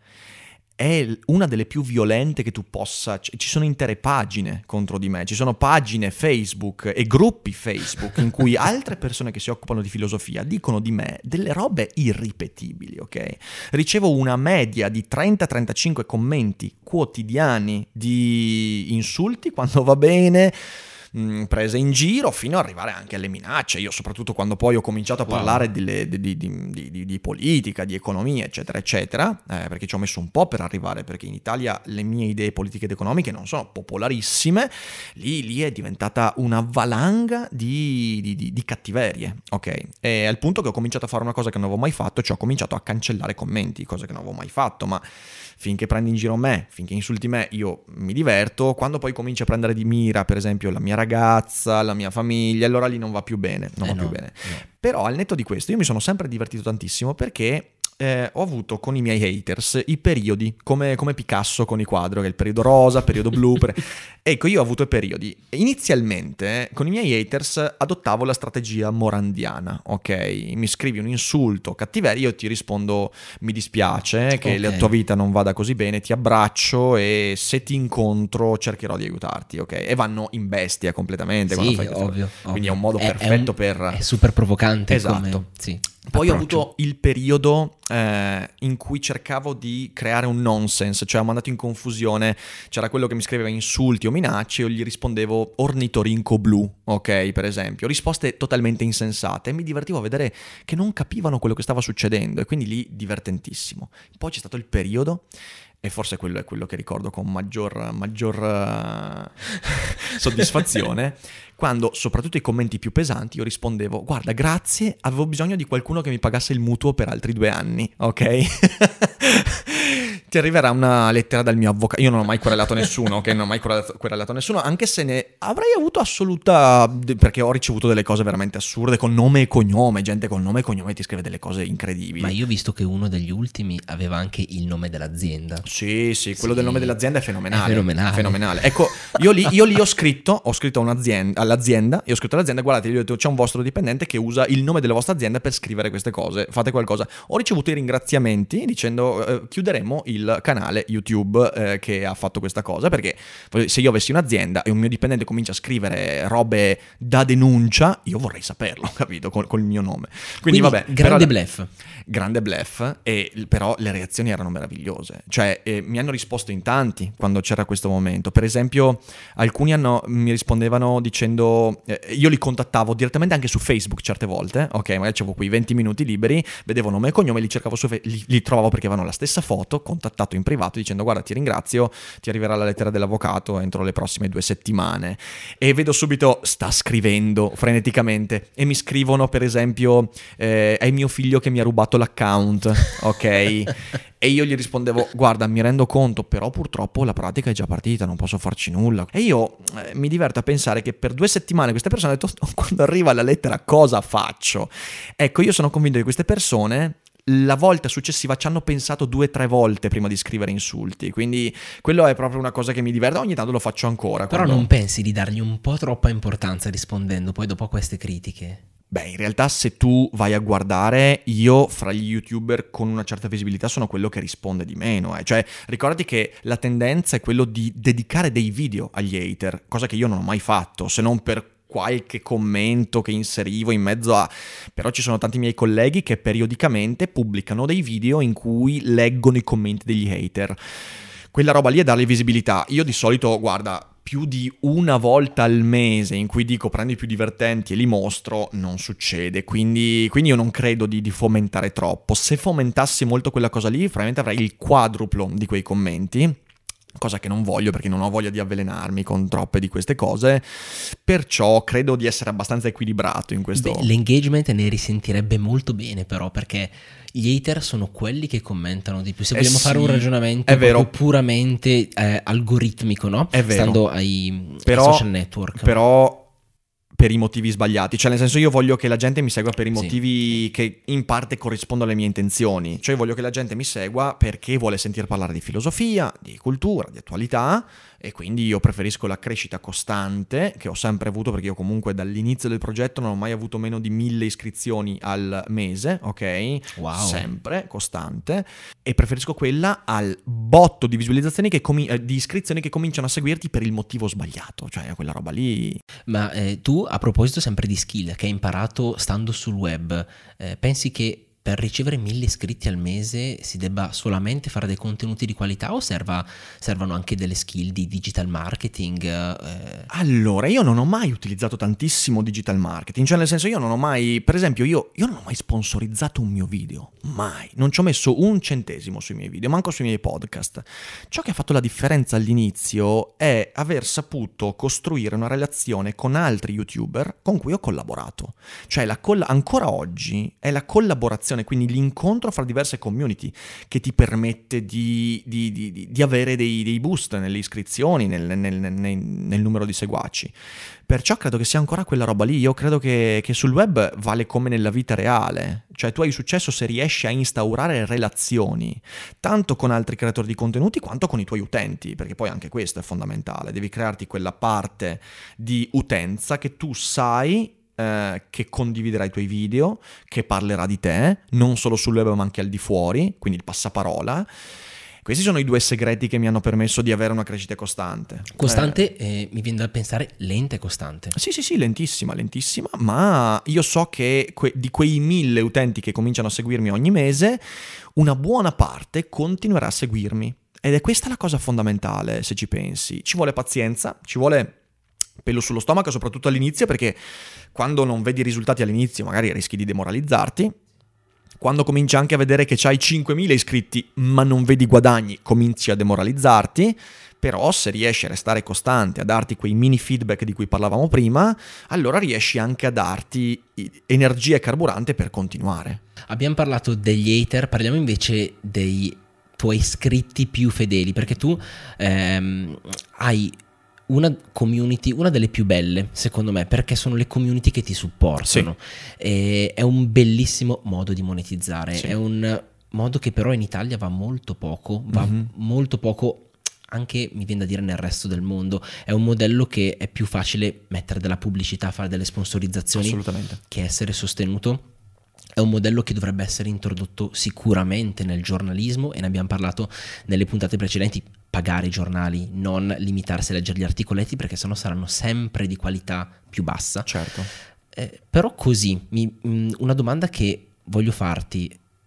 è una delle più violente che tu possa... Ci sono intere pagine contro di me, ci sono pagine Facebook e gruppi Facebook in cui altre persone che si occupano di filosofia dicono di me delle robe irripetibili, ok? Ricevo una media di trenta trentacinque commenti quotidiani di insulti quando va bene, mh, prese in giro, fino ad arrivare anche alle minacce. Io soprattutto quando poi ho cominciato a parlare wow. di, di, di, di, di, di politica, di economia, eccetera, eccetera, eh, perché ci ho messo un po' per arrivare, perché in Italia le mie idee politiche ed economiche non sono popolarissime, lì, lì è diventata una valanga di, di, di, di cattiverie, ok? E al punto che ho cominciato a fare una cosa che non avevo mai fatto, cioè ho cominciato a cancellare commenti, cosa che non avevo mai fatto, ma finché prendi in giro me, finché insulti me, io mi diverto. Quando poi cominci a prendere di mira, per esempio, la mia ragazza, la mia famiglia, allora lì non va più bene, non eh va no, più bene. No. Però al netto di questo io mi sono sempre divertito tantissimo perché eh, ho avuto con i miei haters i periodi, come, come Picasso con i quadri, che è il periodo rosa, periodo blu. per... Ecco, io ho avuto i periodi. Inizialmente con i miei haters adottavo la strategia morandiana, ok? Mi scrivi un insulto, cattiveria, io ti rispondo mi dispiace che okay. la tua vita non vada così bene, ti abbraccio e se ti incontro cercherò di aiutarti, ok? E vanno in bestia completamente. Sì, fai ovvio, ovvio. Quindi è un modo è, perfetto è un, per... È super provocante. Esatto. Come... Sì. Poi Approccio. ho avuto il periodo eh, in cui cercavo di creare un nonsense, cioè ho mandato in confusione, c'era quello che mi scriveva insulti o minacce, io gli rispondevo ornitorinco blu, ok, per esempio, risposte totalmente insensate, e mi divertivo a vedere che non capivano quello che stava succedendo, e quindi lì divertentissimo. Poi c'è stato il periodo, e forse quello è quello che ricordo con maggior, maggior uh, soddisfazione, quando soprattutto i commenti più pesanti io rispondevo guarda grazie, avevo bisogno di qualcuno che mi pagasse il mutuo per altri due anni, ok? Ti arriverà una lettera dal mio avvocato. Io non ho mai querelato nessuno, ok? Non ho mai querelato, querelato nessuno, anche se ne avrei avuto assoluta... perché ho ricevuto delle cose veramente assurde con nome e cognome, gente con nome e cognome ti scrive delle cose incredibili. Ma io ho visto che uno degli ultimi aveva anche il nome dell'azienda. Sì, sì, quello sì. del nome dell'azienda è fenomenale. È fenomenale. fenomenale. Ecco, io lì, io lì ho scritto, ho scritto un'azienda, all'azienda, e ho scritto all'azienda, guardate, io ho detto, c'è un vostro dipendente che usa il nome della vostra azienda per scrivere queste cose, fate qualcosa. Ho ricevuto i ringraziamenti dicendo eh, chiuderemo il canale YouTube eh, che ha fatto questa cosa, perché se io avessi un'azienda e un mio dipendente comincia a scrivere robe da denuncia, io vorrei saperlo, capito, col, col mio nome. Quindi, Quindi vabbè, grande però, bluff. Grande bluff, e però le reazioni erano meravigliose, cioè eh, mi hanno risposto in tanti quando c'era questo momento. Per esempio alcuni hanno, mi rispondevano dicendo eh, io li contattavo direttamente anche su Facebook certe volte, ok, magari avevo quei venti minuti liberi, vedevo nome e cognome, li cercavo su Facebook, li, li trovavo perché avevano la stessa foto, contattato in privato dicendo guarda ti ringrazio, ti arriverà la lettera dell'avvocato entro le prossime due settimane, e vedo subito sta scrivendo freneticamente e mi scrivono per esempio eh, è mio figlio che mi ha rubato l'account, ok? E io gli rispondevo guarda mi rendo conto, però purtroppo la pratica è già partita, non posso farci nulla. E io eh, mi diverto a pensare che per due settimane queste persone hanno detto quando arriva la lettera cosa faccio? Ecco, io sono convinto che queste persone la volta successiva ci hanno pensato due o tre volte prima di scrivere insulti, quindi quello è proprio una cosa che mi diverte, ogni tanto lo faccio ancora. Però quando... non pensi di dargli un po' troppa importanza rispondendo poi dopo a queste critiche? Beh, in realtà se tu vai a guardare, io fra gli youtuber con una certa visibilità sono quello che risponde di meno, eh. Cioè ricordati che la tendenza è quello di dedicare dei video agli hater, cosa che io non ho mai fatto, se non per qualche commento che inserivo in mezzo a... Però ci sono tanti miei colleghi che periodicamente pubblicano dei video in cui leggono i commenti degli hater. Quella roba lì è dargli visibilità. Io di solito, guarda, più di una volta al mese in cui dico prendi i più divertenti e li mostro, non succede. Quindi, quindi io non credo di, di fomentare troppo. Se fomentassi molto quella cosa lì, probabilmente avrei il quadruplo di quei commenti. Cosa che non voglio, perché non ho voglia di avvelenarmi con troppe di queste cose, perciò credo di essere abbastanza equilibrato in questo. Beh, l'engagement ne risentirebbe molto bene però, perché gli hater sono quelli che commentano di più. Se eh vogliamo sì, fare un ragionamento è vero. puramente eh, algoritmico, no? È vero. Stando ai, però, ai social network. Però per i motivi sbagliati, cioè nel senso io voglio che la gente mi segua per i motivi sì. che in parte corrispondono alle mie intenzioni, cioè voglio che la gente mi segua perché vuole sentir parlare di filosofia, di cultura, di attualità, e quindi io preferisco la crescita costante che ho sempre avuto, perché io comunque dall'inizio del progetto non ho mai avuto meno di mille iscrizioni al mese, ok? Wow. Sempre costante, e preferisco quella al botto di visualizzazioni che comi- eh, di iscrizioni che cominciano a seguirti per il motivo sbagliato, cioè quella roba lì. Ma eh, tu, a proposito sempre di skill che hai imparato stando sul web, eh, pensi che per ricevere mille iscritti al mese si debba solamente fare dei contenuti di qualità o serva, servono anche delle skill di digital marketing? Eh? Allora, io non ho mai utilizzato tantissimo digital marketing, cioè nel senso io non ho mai, per esempio io, io non ho mai sponsorizzato un mio video, mai, non ci ho messo un centesimo sui miei video, manco sui miei podcast. Ciò che ha fatto la differenza all'inizio è aver saputo costruire una relazione con altri YouTuber con cui ho collaborato, cioè la colla- ancora oggi è la collaborazione, quindi l'incontro fra diverse community che ti permette di, di, di, di avere dei, dei boost nelle iscrizioni, nel, nel, nel, nel numero di seguaci. Perciò credo che sia ancora quella roba lì. Io credo che, che sul web vale come nella vita reale, cioè tu hai successo se riesci a instaurare relazioni tanto con altri creatori di contenuti quanto con i tuoi utenti, perché poi anche questo è fondamentale. Devi crearti quella parte di utenza che tu sai Eh, che condividerà i tuoi video, che parlerà di te, non solo sul web ma anche al di fuori, quindi il passaparola. Questi sono i due segreti che mi hanno permesso di avere una crescita costante. Costante, eh, eh, mi viene da pensare lenta e costante. Sì, sì, sì, lentissima, lentissima, ma io so che que- di quei mille utenti che cominciano a seguirmi ogni mese, una buona parte continuerà a seguirmi. Ed è questa la cosa fondamentale, se ci pensi. Ci vuole pazienza, ci vuole pelo sullo stomaco, soprattutto all'inizio, perché quando non vedi i risultati all'inizio magari rischi di demoralizzarti. Quando cominci anche a vedere che c'hai cinquemila iscritti ma non vedi guadagni, cominci a demoralizzarti. Però se riesci a restare costante, a darti quei mini feedback di cui parlavamo prima, allora riesci anche a darti energia e carburante per continuare. Abbiamo parlato degli hater, parliamo invece dei tuoi iscritti più fedeli, perché tu ehm, hai una community, una delle più belle secondo me, perché sono le community che ti supportano. Sì. E è un bellissimo modo di monetizzare, sì. È un modo che però in Italia va molto poco, va mm-hmm. molto poco anche, mi viene da dire, nel resto del mondo. È un modello che è più facile mettere della pubblicità, fare delle sponsorizzazioni, assolutamente, che essere sostenuto. È un modello che dovrebbe essere introdotto sicuramente nel giornalismo, e ne abbiamo parlato nelle puntate precedenti. Pagare i giornali, non limitarsi a leggere gli articoletti, perché sennò saranno sempre di qualità più bassa. Certo. Eh, però così, mi, mh, una domanda che voglio farti: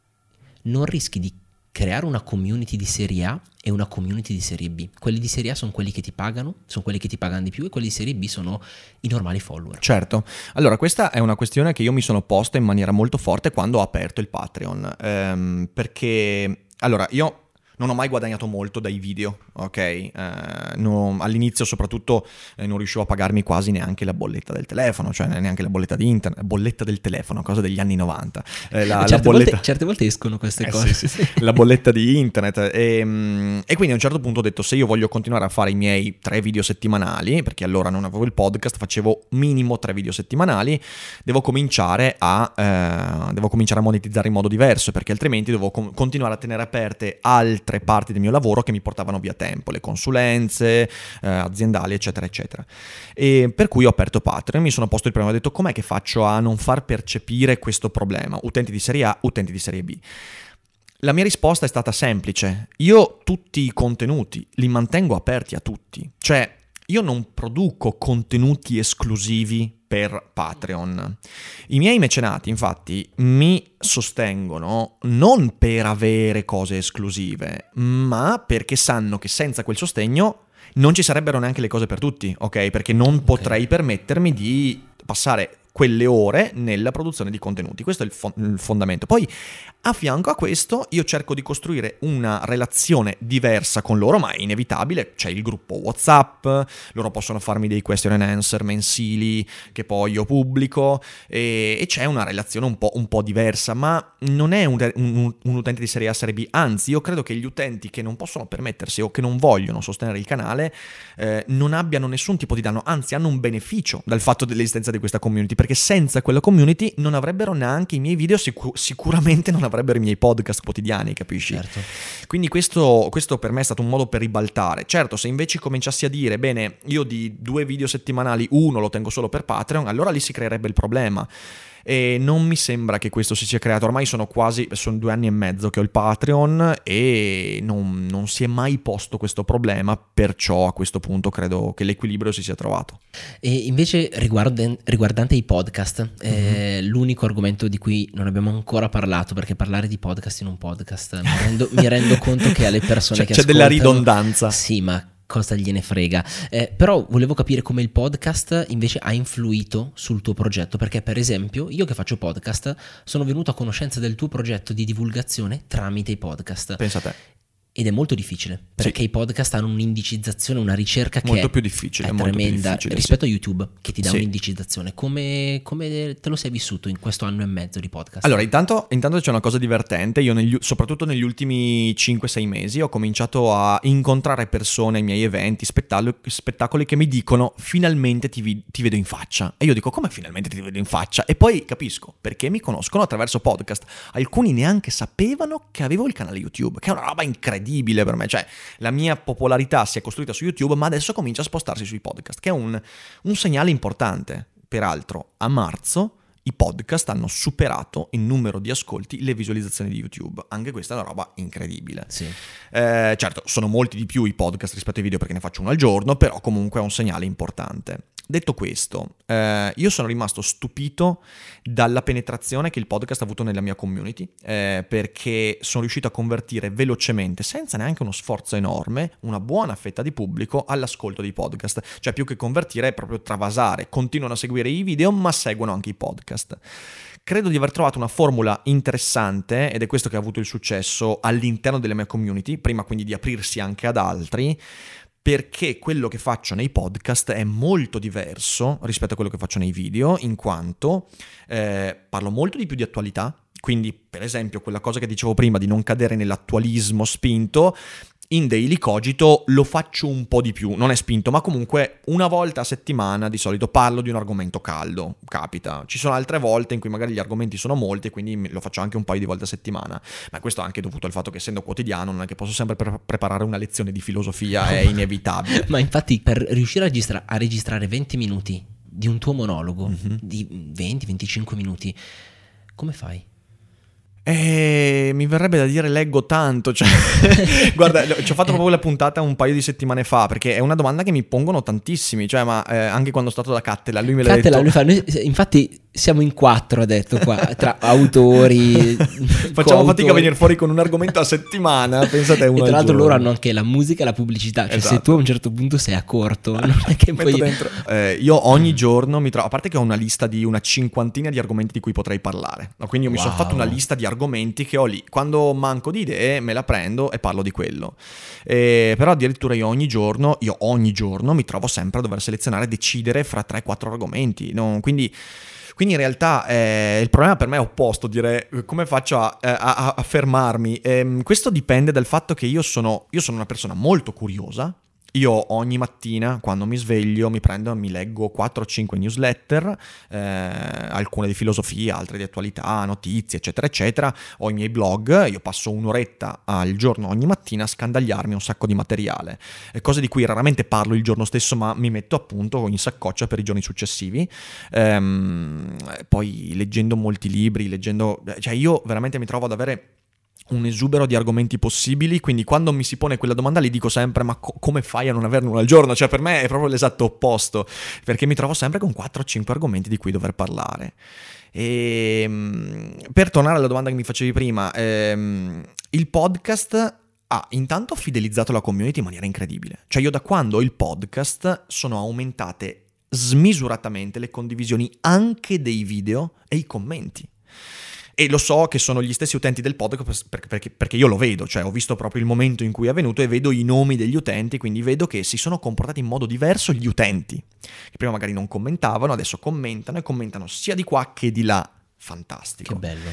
non rischi di creare una community di serie A e una community di serie B? Quelli di serie A sono quelli che ti pagano, sono quelli che ti pagano di più, e quelli di serie B sono i normali follower. Certo. Allora, questa è una questione che io mi sono posta in maniera molto forte quando ho aperto il Patreon, ehm, perché allora io non ho mai guadagnato molto dai video, ok? Eh, no, all'inizio soprattutto eh, non riuscivo a pagarmi quasi neanche la bolletta del telefono, cioè neanche la bolletta di internet, bolletta del telefono, cosa degli anni novanta. Eh, la, certe, la bolletta... volte, certe volte escono queste eh, cose. Sì, sì, sì. La bolletta di internet. E, e quindi a un certo punto ho detto, se io voglio continuare a fare i miei tre video settimanali, perché allora non avevo il podcast, facevo minimo tre video settimanali, devo cominciare a, eh, devo cominciare a monetizzare in modo diverso, perché altrimenti devo com- continuare a tenere aperte altre tre parti del mio lavoro che mi portavano via tempo, le consulenze eh, aziendali, eccetera eccetera. E per cui ho aperto Patreon, mi sono posto il problema, ho detto com'è che faccio a non far percepire questo problema, utenti di serie A, utenti di serie B. La mia risposta è stata semplice: io tutti i contenuti li mantengo aperti a tutti, cioè io non produco contenuti esclusivi per Patreon. I miei mecenati infatti mi sostengono non per avere cose esclusive, ma perché sanno che senza quel sostegno non ci sarebbero neanche le cose per tutti, ok? Perché non potrei permettermi di passare quelle ore nella produzione di contenuti. Questo è il, fo- il fondamento. Poi a fianco a questo io cerco di costruire una relazione diversa con loro, ma è inevitabile. C'è il gruppo WhatsApp, loro possono farmi dei question and answer mensili che poi io pubblico, e, e c'è una relazione un po', un po' diversa, ma non è un, un, un utente di serie A, serie B. Anzi, io credo che gli utenti che non possono permettersi o che non vogliono sostenere il canale eh, non abbiano nessun tipo di danno, anzi hanno un beneficio dal fatto dell'esistenza di questa community, perché senza quella community non avrebbero neanche i miei video, sicur- sicuramente non avrebbero i miei podcast quotidiani, capisci? Certo. Quindi questo, questo per me è stato un modo per ribaltare. Certo, se invece cominciassi a dire, bene, io di due video settimanali uno lo tengo solo per Patreon, allora lì si creerebbe il problema. E non mi sembra che questo si sia creato. Ormai sono quasi, sono due anni e mezzo che ho il Patreon e non, non si è mai posto questo problema, perciò a questo punto credo che l'equilibrio si sia trovato. E invece riguardan- riguardante i podcast, eh, mm-hmm. l'unico argomento di cui non abbiamo ancora parlato, perché parlare di podcast in un podcast mi rendo, mi rendo conto che alle persone c'è, che c'è ascoltano... della ridondanza. Sì, ma... cosa gliene frega, eh, però volevo capire come il podcast invece ha influito sul tuo progetto, perché per esempio io che faccio podcast sono venuto a conoscenza del tuo progetto di divulgazione tramite i podcast. Pensa a te. Ed è molto difficile, perché sì. i podcast hanno un'indicizzazione, una ricerca che molto è, più difficile, è molto tremenda più difficile, rispetto sì. a YouTube che ti dà sì. un'indicizzazione. Come, come te lo sei vissuto in questo anno e mezzo di podcast? Allora, intanto, intanto c'è una cosa divertente. Io negli, soprattutto negli ultimi cinque sei mesi ho cominciato a incontrare persone ai miei eventi, spettacoli, spettacoli che mi dicono finalmente ti, vi, ti vedo in faccia. E io dico, come finalmente ti vedo in faccia? E poi capisco perché mi conoscono attraverso podcast. Alcuni neanche sapevano che avevo il canale YouTube, che è una roba incredibile per me. Cioè, la mia popolarità si è costruita su YouTube, ma adesso comincia a spostarsi sui podcast, che è un, un segnale importante. Peraltro, a marzo i podcast hanno superato in numero di ascolti le visualizzazioni di YouTube. Anche questa è una roba incredibile. Sì. Eh, certo, sono molti di più i podcast rispetto ai video, perché ne faccio uno al giorno, però comunque è un segnale importante. Detto questo, eh, io sono rimasto stupito dalla penetrazione che il podcast ha avuto nella mia community, eh, perché sono riuscito a convertire velocemente, senza neanche uno sforzo enorme, una buona fetta di pubblico all'ascolto dei podcast. Cioè, più che convertire è proprio travasare. Continuano a seguire i video, ma seguono anche i podcast. Credo di aver trovato una formula interessante, ed è questo che ha avuto il successo all'interno della mia community, prima quindi di aprirsi anche ad altri, perché quello che faccio nei podcast è molto diverso rispetto a quello che faccio nei video, in quanto eh, parlo molto di più di attualità. Quindi, per esempio, quella cosa che dicevo prima di non cadere nell'attualismo spinto, in Daily Cogito lo faccio un po' di più, non è spinto, ma comunque una volta a settimana di solito parlo di un argomento caldo, capita. Ci sono altre volte in cui magari gli argomenti sono molti e quindi lo faccio anche un paio di volte a settimana, ma questo è anche dovuto al fatto che, essendo quotidiano, non è che posso sempre pre- preparare una lezione di filosofia, è inevitabile. Ma infatti, per riuscire a, registra- a registrare venti minuti di un tuo monologo, mm-hmm. di venti venticinque minuti, come fai? Eh, mi verrebbe da dire leggo tanto, cioè, guarda, ci ho fatto proprio la puntata un paio di settimane fa, perché è una domanda che mi pongono tantissimi, cioè, ma eh, anche quando sono stato da Cattela, lui me l'ha Cattela, detto. Lui fa, noi, infatti siamo in quattro, ha detto qua, tra autori, facciamo fatica a venire fuori con un argomento a settimana, pensate uno. E tra l'altro giorno. Loro hanno anche la musica e la pubblicità, cioè esatto. Se tu a un certo punto sei a corto, non è che poi... dentro. Eh, io ogni giorno mi trovo, a parte che ho una lista di una cinquantina di argomenti di cui potrei parlare, no? Quindi io mi wow. sono fatto una lista di argomenti che ho lì, quando manco di idee me la prendo e parlo di quello. Eh, però addirittura io ogni giorno, io ogni giorno mi trovo sempre a dover selezionare e decidere fra tre quattro argomenti, no? Quindi... Quindi in realtà eh, il problema per me è opposto, dire come faccio a, a, a fermarmi. Eh, questo dipende dal fatto che io sono, io sono una persona molto curiosa. Io ogni mattina, quando mi sveglio, mi prendo e mi leggo quattro o cinque newsletter, eh, alcune di filosofia, altre di attualità, notizie, eccetera, eccetera. Ho i miei blog, io passo un'oretta al giorno ogni mattina a scandagliarmi un sacco di materiale, eh, cose di cui raramente parlo il giorno stesso, ma mi metto appunto in saccoccia per i giorni successivi. Ehm, poi leggendo molti libri, leggendo... Cioè io veramente mi trovo ad avere... un esubero di argomenti possibili, quindi quando mi si pone quella domanda li dico sempre ma co- come fai a non averne uno al giorno? Cioè per me è proprio l'esatto opposto, perché mi trovo sempre con quattro o cinque argomenti di cui dover parlare. E per tornare alla domanda che mi facevi prima, ehm, il podcast ha intanto fidelizzato la community in maniera incredibile. Cioè io da quando ho il podcast sono aumentate smisuratamente le condivisioni anche dei video e i commenti. E lo so che sono gli stessi utenti del podcast perché, perché io lo vedo, cioè ho visto proprio il momento in cui è avvenuto e vedo i nomi degli utenti, quindi vedo che si sono comportati in modo diverso gli utenti, che prima magari non commentavano, adesso commentano e commentano sia di qua che di là. Fantastico. Che bello.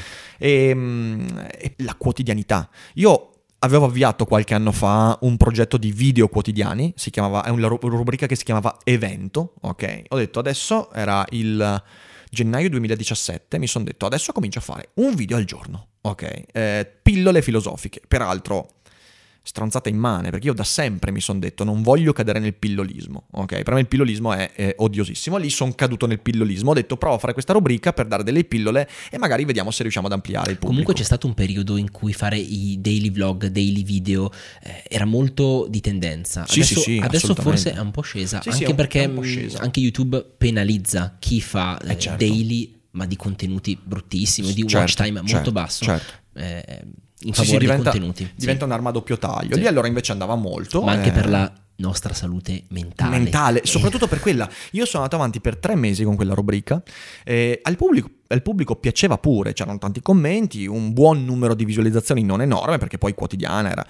E, e la quotidianità. Io avevo avviato qualche anno fa un progetto di video quotidiani, si chiamava, è una rubrica che si chiamava Evento, ok? Ho detto adesso, era il gennaio duemiladiciassette, mi sono detto adesso comincio a fare un video al giorno, ok? Eh, pillole filosofiche, peraltro stronzata immane, perché io da sempre mi sono detto non voglio cadere nel pillolismo, ok? Per me il pillolismo è, è odiosissimo, lì sono caduto nel pillolismo, ho detto provo a fare questa rubrica per dare delle pillole e magari vediamo se riusciamo ad ampliare il pubblico. Comunque c'è stato un periodo in cui fare i daily vlog, daily video eh, era molto di tendenza, sì, adesso, sì, sì, adesso forse è un po' scesa, sì, anche sì, è un, perché è un po' scesa. Anche YouTube penalizza chi fa eh, eh, certo. daily ma di contenuti bruttissimi, di certo, watch time molto certo, basso. Certo. Eh, in Sì, favore sì, diventa, dei contenuti. diventa sì. un'arma a doppio taglio. Sì. Lì allora invece andava molto. Ma anche eh... per la nostra salute mentale. Mentale, eh. soprattutto per quella. Io sono andato avanti per tre mesi con quella rubrica. Eh, al pubblico, al pubblico piaceva pure, c'erano tanti commenti, un buon numero di visualizzazioni, non enorme perché poi quotidiana era.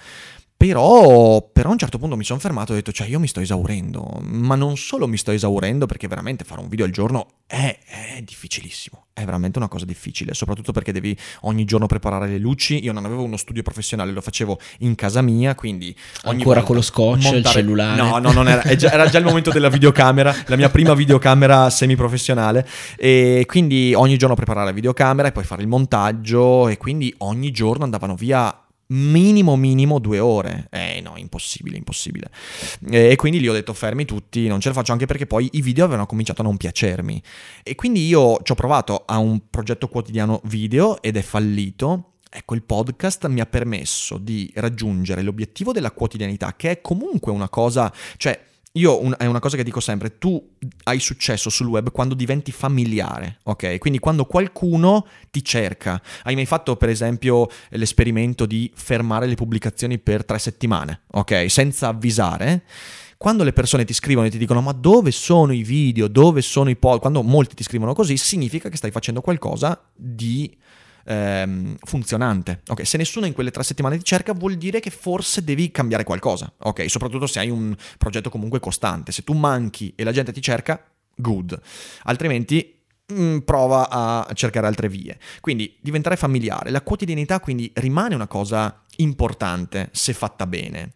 Però, però a un certo punto mi sono fermato e ho detto, cioè io mi sto esaurendo, ma non solo mi sto esaurendo perché veramente fare un video al giorno è, è difficilissimo, è veramente una cosa difficile, soprattutto perché devi ogni giorno preparare le luci, io non avevo uno studio professionale, lo facevo in casa mia, quindi ogni ancora volta con lo scotch, montare... il cellulare. No, no, non era, era già il momento della videocamera, la mia prima videocamera semiprofessionale, e quindi ogni giorno preparare la videocamera e poi fare il montaggio, e quindi ogni giorno andavano via minimo minimo due ore. Eh no, impossibile, impossibile. E quindi lì ho detto fermi tutti, non ce la faccio, anche perché poi i video avevano cominciato a non piacermi. E quindi io ci ho provato a un progetto quotidiano video ed è fallito. Ecco, il podcast mi ha permesso di raggiungere l'obiettivo della quotidianità, che è comunque una cosa, cioè io un, è una cosa che dico sempre, tu hai successo sul web quando diventi familiare, ok? Quindi quando qualcuno ti cerca. Hai mai fatto per esempio l'esperimento di fermare le pubblicazioni per tre settimane, ok? Senza avvisare? Quando le persone ti scrivono e ti dicono ma dove sono i video, dove sono i podcast, quando molti ti scrivono così, significa che stai facendo qualcosa di Ehm, funzionante. Ok, se nessuno in quelle tre settimane ti cerca, vuol dire che forse devi cambiare qualcosa. Ok, soprattutto se hai un progetto comunque costante. Se tu manchi e la gente ti cerca, good. Altrimenti mh, prova a cercare altre vie. Quindi diventare familiare. La quotidianità quindi rimane una cosa importante se fatta bene.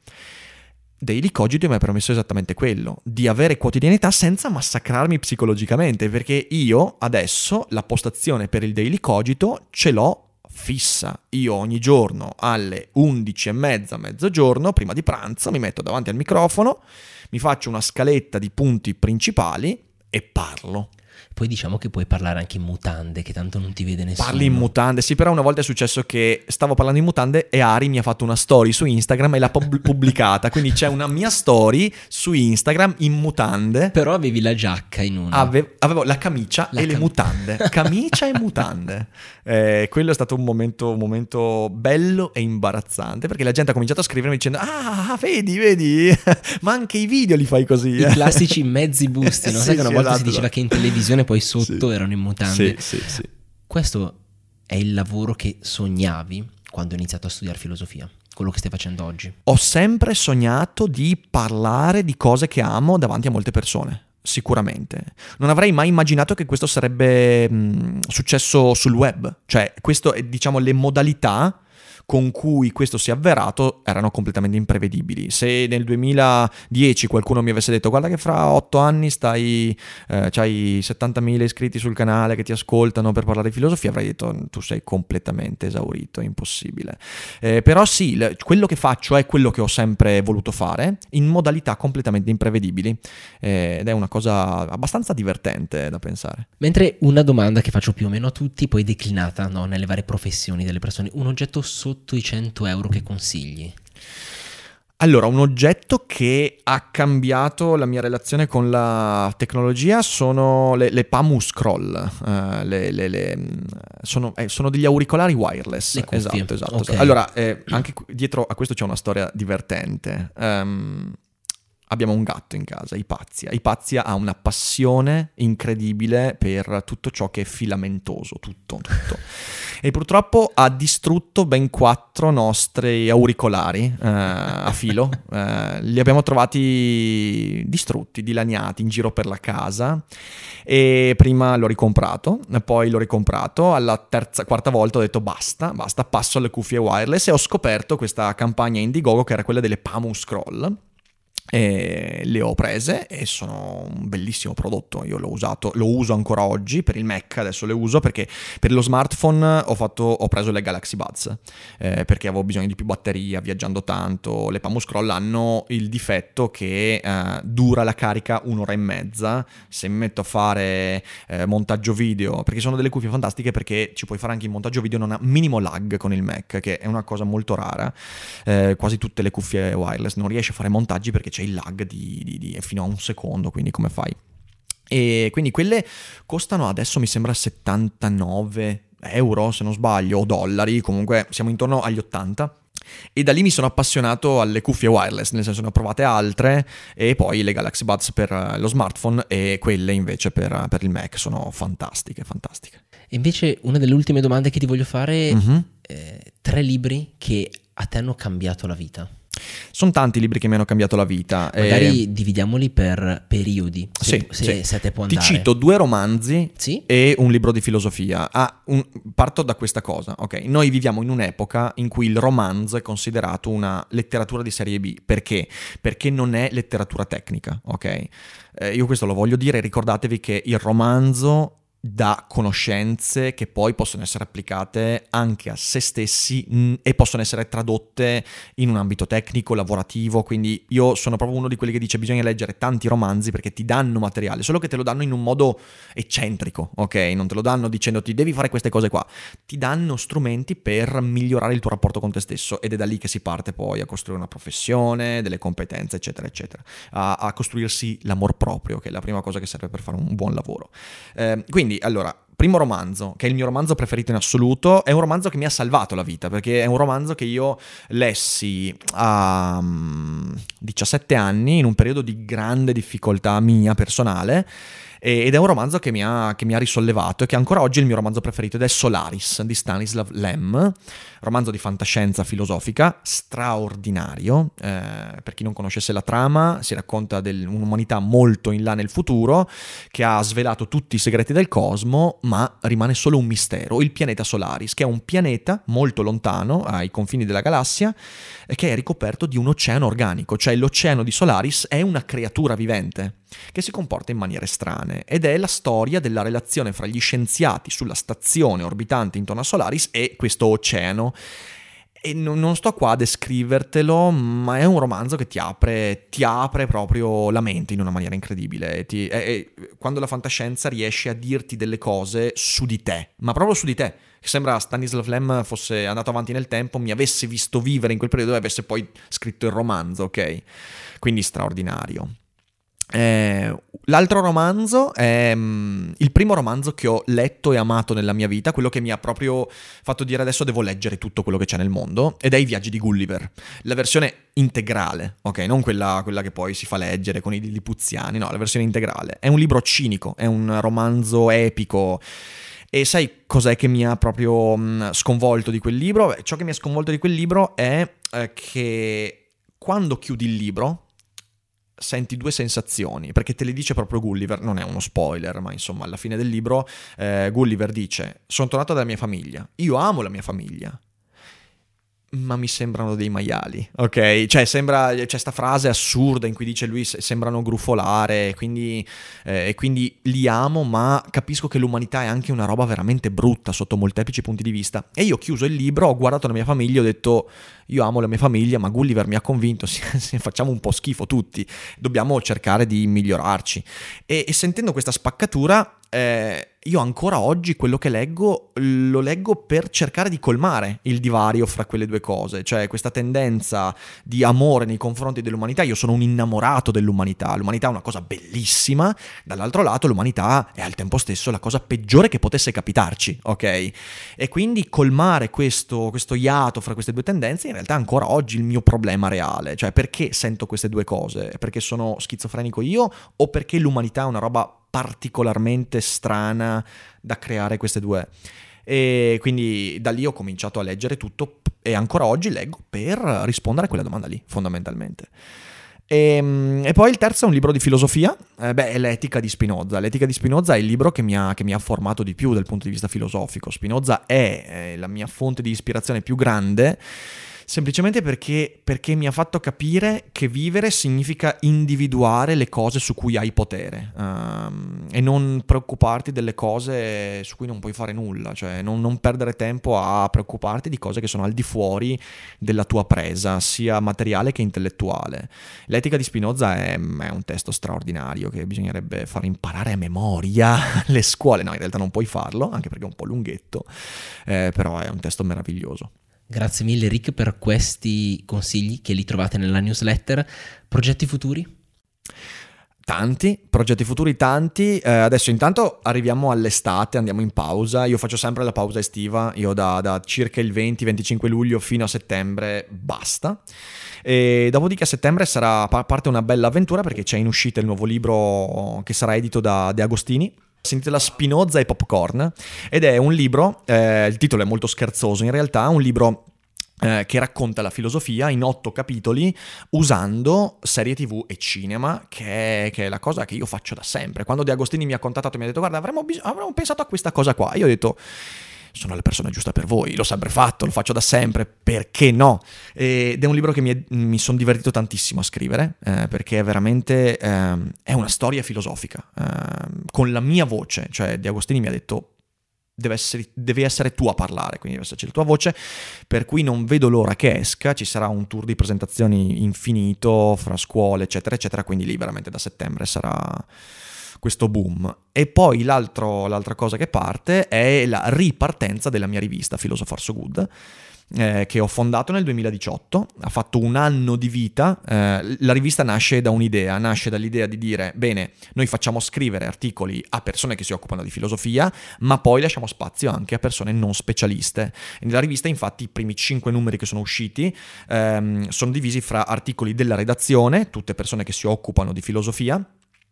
Daily Cogito mi ha permesso esattamente quello, di avere quotidianità senza massacrarmi psicologicamente, perché io adesso la postazione per il Daily Cogito ce l'ho fissa. Io ogni giorno alle undici e mezza, mezzogiorno, prima di pranzo, mi metto davanti al microfono, mi faccio una scaletta di punti principali e parlo. Poi diciamo che puoi parlare anche in mutande, che tanto non ti vede nessuno. Parli in mutande, sì, però una volta è successo che stavo parlando in mutande e Ari mi ha fatto una story su Instagram e l'ha pub- pubblicata, quindi c'è una mia story su Instagram in mutande. Però avevi la giacca in una. Ave- avevo la camicia la e cam- le mutande, camicia e mutande. Eh, quello è stato un momento, un momento bello e imbarazzante, perché la gente ha cominciato a scrivermi dicendo ah, vedi, vedi, ma anche i video li fai così. I classici mezzi busti, no? Sì, Sai che una sì, volta esatto, si diceva esatto. che in televisione poi sotto Sì. erano in mutande. Sì, sì, sì. Questo è il lavoro che sognavi quando hai iniziato a studiare filosofia, quello che stai facendo oggi? Ho sempre sognato di parlare di cose che amo davanti a molte persone, sicuramente. Non avrei mai immaginato che questo sarebbe mh, successo sul web. Cioè, questo è, diciamo, le modalità con cui questo si è avverato erano completamente imprevedibili. Se nel duemiladieci qualcuno mi avesse detto guarda che fra otto anni stai eh, c'hai settantamila iscritti sul canale che ti ascoltano per parlare di filosofia, avrei detto tu sei completamente esaurito, è impossibile. Eh, però sì, le, quello che faccio è quello che ho sempre voluto fare in modalità completamente imprevedibili eh, ed è una cosa abbastanza divertente da pensare. Mentre una domanda che faccio più o meno a tutti, poi declinata, no, nelle varie professioni delle persone, un oggetto sotto i cento euro che consigli? Allora, un oggetto che ha cambiato la mia relazione con la tecnologia sono le, le Pamu Scroll, uh, le, le, le, sono, eh, sono degli auricolari wireless. Le cuffie. Esatto, esatto. Okay. esatto. Allora, eh, anche dietro a questo c'è una storia divertente. Um, Abbiamo un gatto in casa, Ipazia. Ipazia ha una passione incredibile per tutto ciò che è filamentoso, tutto, tutto. E purtroppo ha distrutto ben quattro nostri auricolari eh, a filo. Eh, li abbiamo trovati distrutti, dilaniati in giro per la casa. E prima l'ho ricomprato, poi l'ho ricomprato. Alla terza, quarta volta ho detto basta, basta, passo alle cuffie wireless e ho scoperto questa campagna Indiegogo che era quella delle Pamu Scroll. E le ho prese e sono un bellissimo prodotto. Io l'ho usato, lo uso ancora oggi per il Mac, adesso le uso perché per lo smartphone ho, fatto, ho preso le Galaxy Buds eh, perché avevo bisogno di più batteria viaggiando tanto. Le Pamu Scroll hanno il difetto che eh, dura la carica un'ora e mezza. Se mi metto a fare eh, montaggio video, perché sono delle cuffie fantastiche perché ci puoi fare anche il montaggio video, non ha minimo lag con il Mac, che è una cosa molto rara. Eh, quasi tutte le cuffie wireless non riesci a fare montaggi perché c'è il lag di, di, di fino a un secondo, quindi come fai? E quindi quelle costano adesso mi sembra settantanove euro se non sbaglio, o dollari, comunque siamo intorno agli ottanta. E da lì mi sono appassionato alle cuffie wireless, nel senso ne ho provate altre e poi le Galaxy Buds per lo smartphone e quelle invece per, per il Mac sono fantastiche, fantastiche. E invece una delle ultime domande che ti voglio fare, Mm-hmm. eh, tre libri che a te hanno cambiato la vita. Sono tanti i libri che mi hanno cambiato la vita. Magari e... dividiamoli per periodi, se, sì, se, sì. se te può Ti andare. cito due romanzi Sì? e un libro di filosofia. Ah, un... Parto da questa cosa, ok? Noi viviamo in un'epoca in cui il romanzo è considerato una letteratura di serie B. Perché? Perché non è letteratura tecnica, ok? Eh, io questo lo voglio dire, ricordatevi che il romanzo dà conoscenze che poi possono essere applicate anche a se stessi mh, e possono essere tradotte in un ambito tecnico, lavorativo, quindi io sono proprio uno di quelli che dice bisogna leggere tanti romanzi perché ti danno materiale, solo che te lo danno in un modo eccentrico, ok? Non te lo danno dicendoti devi fare queste cose qua, ti danno strumenti per migliorare il tuo rapporto con te stesso ed è da lì che si parte poi a costruire una professione, delle competenze eccetera eccetera, a, a costruirsi l'amor proprio, che è la prima cosa che serve per fare un buon lavoro. Eh, quindi allora, primo romanzo, che è il mio romanzo preferito in assoluto, è un romanzo che mi ha salvato la vita, perché è un romanzo che io lessi a diciassette anni, in un periodo di grande difficoltà mia personale, ed è un romanzo che mi ha, che mi ha risollevato e che ancora oggi è il mio romanzo preferito, ed è Solaris di Stanislav Lem, romanzo di fantascienza filosofica straordinario. Eh, per chi non conoscesse la trama, si racconta di un'umanità molto in là nel futuro che ha svelato tutti i segreti del cosmo, ma rimane solo un mistero, il pianeta Solaris, che è un pianeta molto lontano ai confini della galassia e che è ricoperto di un oceano organico, cioè l'oceano di Solaris è una creatura vivente che si comporta in maniere strane ed è la storia della relazione fra gli scienziati sulla stazione orbitante intorno a Solaris e questo oceano. E non, non sto qua a descrivertelo, ma è un romanzo che ti apre, ti apre proprio la mente in una maniera incredibile. Ti, è, è, quando la fantascienza riesce a dirti delle cose su di te, ma proprio su di te. Sembra Stanislav Lem fosse andato avanti nel tempo, mi avesse visto vivere in quel periodo e avesse poi scritto il romanzo, ok? Quindi straordinario. Eh, l'altro romanzo è um, il primo romanzo che ho letto e amato nella mia vita, quello che mi ha proprio fatto dire adesso devo leggere tutto quello che c'è nel mondo, ed è I viaggi di Gulliver, la versione integrale, ok? Non quella, quella che poi si fa leggere con i lilipuziani, no, la versione integrale. È un libro cinico, è un romanzo epico. E sai cos'è che mi ha proprio um, sconvolto di quel libro? Beh, ciò che mi ha sconvolto di quel libro è eh, che quando chiudi il libro senti due sensazioni, perché te le dice proprio Gulliver, non è uno spoiler, ma insomma alla fine del libro eh, Gulliver dice: sono tornato dalla mia famiglia, io amo la mia famiglia, ma mi sembrano dei maiali, ok? Cioè sembra, c'è sta frase assurda in cui dice lui sembrano grufolare, quindi, eh, e quindi li amo, ma capisco che l'umanità è anche una roba veramente brutta sotto molteplici punti di vista. E io ho chiuso il libro, ho guardato la mia famiglia, ho detto io amo la mia famiglia, ma Gulliver mi ha convinto, facciamo un po' schifo tutti, dobbiamo cercare di migliorarci. E, e sentendo questa spaccatura eh, io ancora oggi quello che leggo lo leggo per cercare di colmare il divario fra quelle due cose, cioè questa tendenza di amore nei confronti dell'umanità. Io sono un innamorato dell'umanità, l'umanità è una cosa bellissima, dall'altro lato l'umanità è al tempo stesso la cosa peggiore che potesse capitarci, ok? E quindi colmare questo, questo iato fra queste due tendenze in realtà è ancora oggi il mio problema reale, cioè perché sento queste due cose? Perché sono schizofrenico io o perché l'umanità è una roba particolarmente strana da creare queste due? E quindi da lì ho cominciato a leggere tutto e ancora oggi leggo per rispondere a quella domanda lì, fondamentalmente. E, e poi il terzo è un libro di filosofia, eh, beh, è l'Etica di Spinoza. L'Etica di Spinoza è il libro che mi, ha, che mi ha formato di più dal punto di vista filosofico. Spinoza è, è la mia fonte di ispirazione più grande, semplicemente perché, perché mi ha fatto capire che vivere significa individuare le cose su cui hai potere, um, e non preoccuparti delle cose su cui non puoi fare nulla, cioè non, non perdere tempo a preoccuparti di cose che sono al di fuori della tua presa, sia materiale che intellettuale. L'Etica di Spinoza è, è un testo straordinario che bisognerebbe far imparare a memoria alle scuole. No, in realtà non puoi farlo, anche perché è un po' lunghetto, eh, però è un testo meraviglioso. Grazie mille Rick per questi consigli che li trovate nella newsletter. Progetti futuri? Tanti, progetti futuri tanti. Eh, adesso intanto arriviamo all'estate, andiamo in pausa. Io faccio sempre la pausa estiva, io da, da circa il venti venticinque luglio fino a settembre basta. E dopodiché a settembre sarà parte una bella avventura perché c'è in uscita il nuovo libro che sarà edito da De Agostini. Si intitola Spinoza e Popcorn ed è un libro, eh, il titolo è molto scherzoso in realtà, un libro eh, che racconta la filosofia in otto capitoli usando serie tv e cinema, che è, che è la cosa che io faccio da sempre. Quando De Agostini mi ha contattato e mi ha detto guarda avremmo, bis- avremmo pensato a questa cosa qua, io ho detto sono la persona giusta per voi, l'ho sempre fatto, lo faccio da sempre, perché no? Ed è un libro che mi, è, mi sono divertito tantissimo a scrivere, eh, perché è veramente eh, è una storia filosofica, eh, con la mia voce, cioè De Agostini mi ha detto deve essere, devi essere tu a parlare, quindi deve esserci la tua voce, per cui non vedo l'ora che esca, ci sarà un tour di presentazioni infinito fra scuole eccetera eccetera, quindi lì veramente da settembre sarà questo boom. E poi l'altro, l'altra cosa che parte è la ripartenza della mia rivista Philosopher So Good, eh, che ho fondato nel duemiladiciotto, ha fatto un anno di vita. Eh, la rivista nasce da un'idea, nasce dall'idea di dire bene, noi facciamo scrivere articoli a persone che si occupano di filosofia, ma poi lasciamo spazio anche a persone non specialiste. Nella rivista infatti i primi cinque numeri che sono usciti ehm, sono divisi fra articoli della redazione, tutte persone che si occupano di filosofia,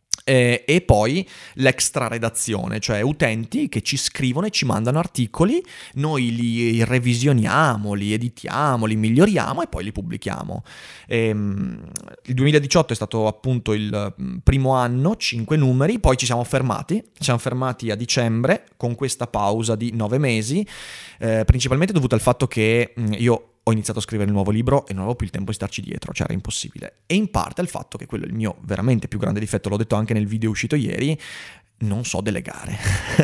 Eh, e poi l'extra redazione, cioè utenti che ci scrivono e ci mandano articoli, noi li revisioniamo, li editiamo, li miglioriamo e poi li pubblichiamo. E, il duemiladiciotto è stato appunto il primo anno, cinque numeri, poi ci siamo fermati, ci siamo fermati a dicembre con questa pausa di nove mesi, eh, principalmente dovuta al fatto che io ho iniziato a scrivere il nuovo libro e non avevo più il tempo di starci dietro, cioè era impossibile. E in parte il fatto che quello è il mio veramente più grande difetto, l'ho detto anche nel video uscito ieri, non so delegare.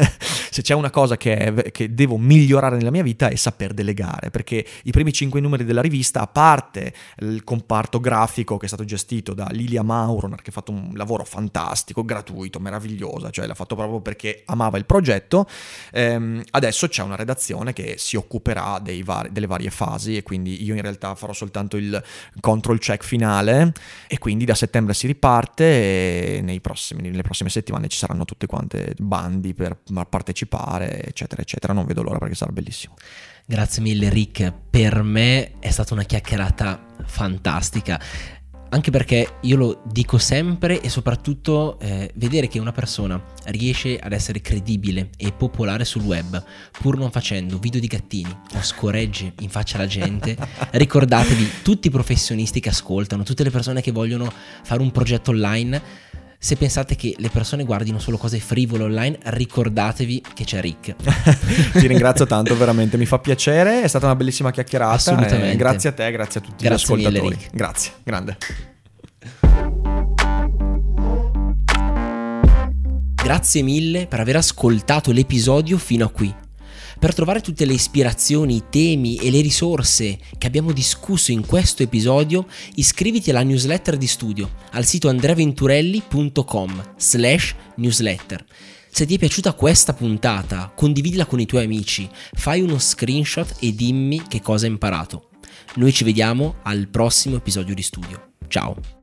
Se c'è una cosa che, è, che devo migliorare nella mia vita è saper delegare, perché i primi cinque numeri della rivista, a parte il comparto grafico che è stato gestito da Lilia Mauroner, che ha fatto un lavoro fantastico, gratuito, meravigliosa, cioè l'ha fatto proprio perché amava il progetto, ehm, adesso c'è una redazione che si occuperà dei vari, delle varie fasi, e quindi io in realtà farò soltanto il control check finale, e quindi da settembre si riparte e nei prossimi, nelle prossime settimane ci saranno tutte quante bandi per partecipare eccetera eccetera. Non vedo l'ora perché sarà bellissimo. Grazie mille Rick, per me è stata una chiacchierata fantastica, anche perché io lo dico sempre e soprattutto eh, vedere che una persona riesce ad essere credibile e popolare sul web pur non facendo video di gattini o scoregge in faccia alla gente. Ricordatevi, tutti i professionisti che ascoltano, tutte le persone che vogliono fare un progetto online, se pensate che le persone guardino solo cose frivole online, ricordatevi che c'è Rick. Ti ringrazio tanto, veramente, mi fa piacere, è stata una bellissima chiacchierata. Assolutamente. Eh, grazie a te, grazie a tutti Grazie gli ascoltatori. mille, Rick. Grazie, grande. Grazie mille per aver ascoltato l'episodio fino a qui. Per trovare tutte le ispirazioni, i temi e le risorse che abbiamo discusso in questo episodio, iscriviti alla newsletter di studio al sito andreaventurelli punto com slash newsletter. Se ti è piaciuta questa puntata, condividila con i tuoi amici, fai uno screenshot e dimmi che cosa hai imparato. Noi ci vediamo al prossimo episodio di studio. Ciao!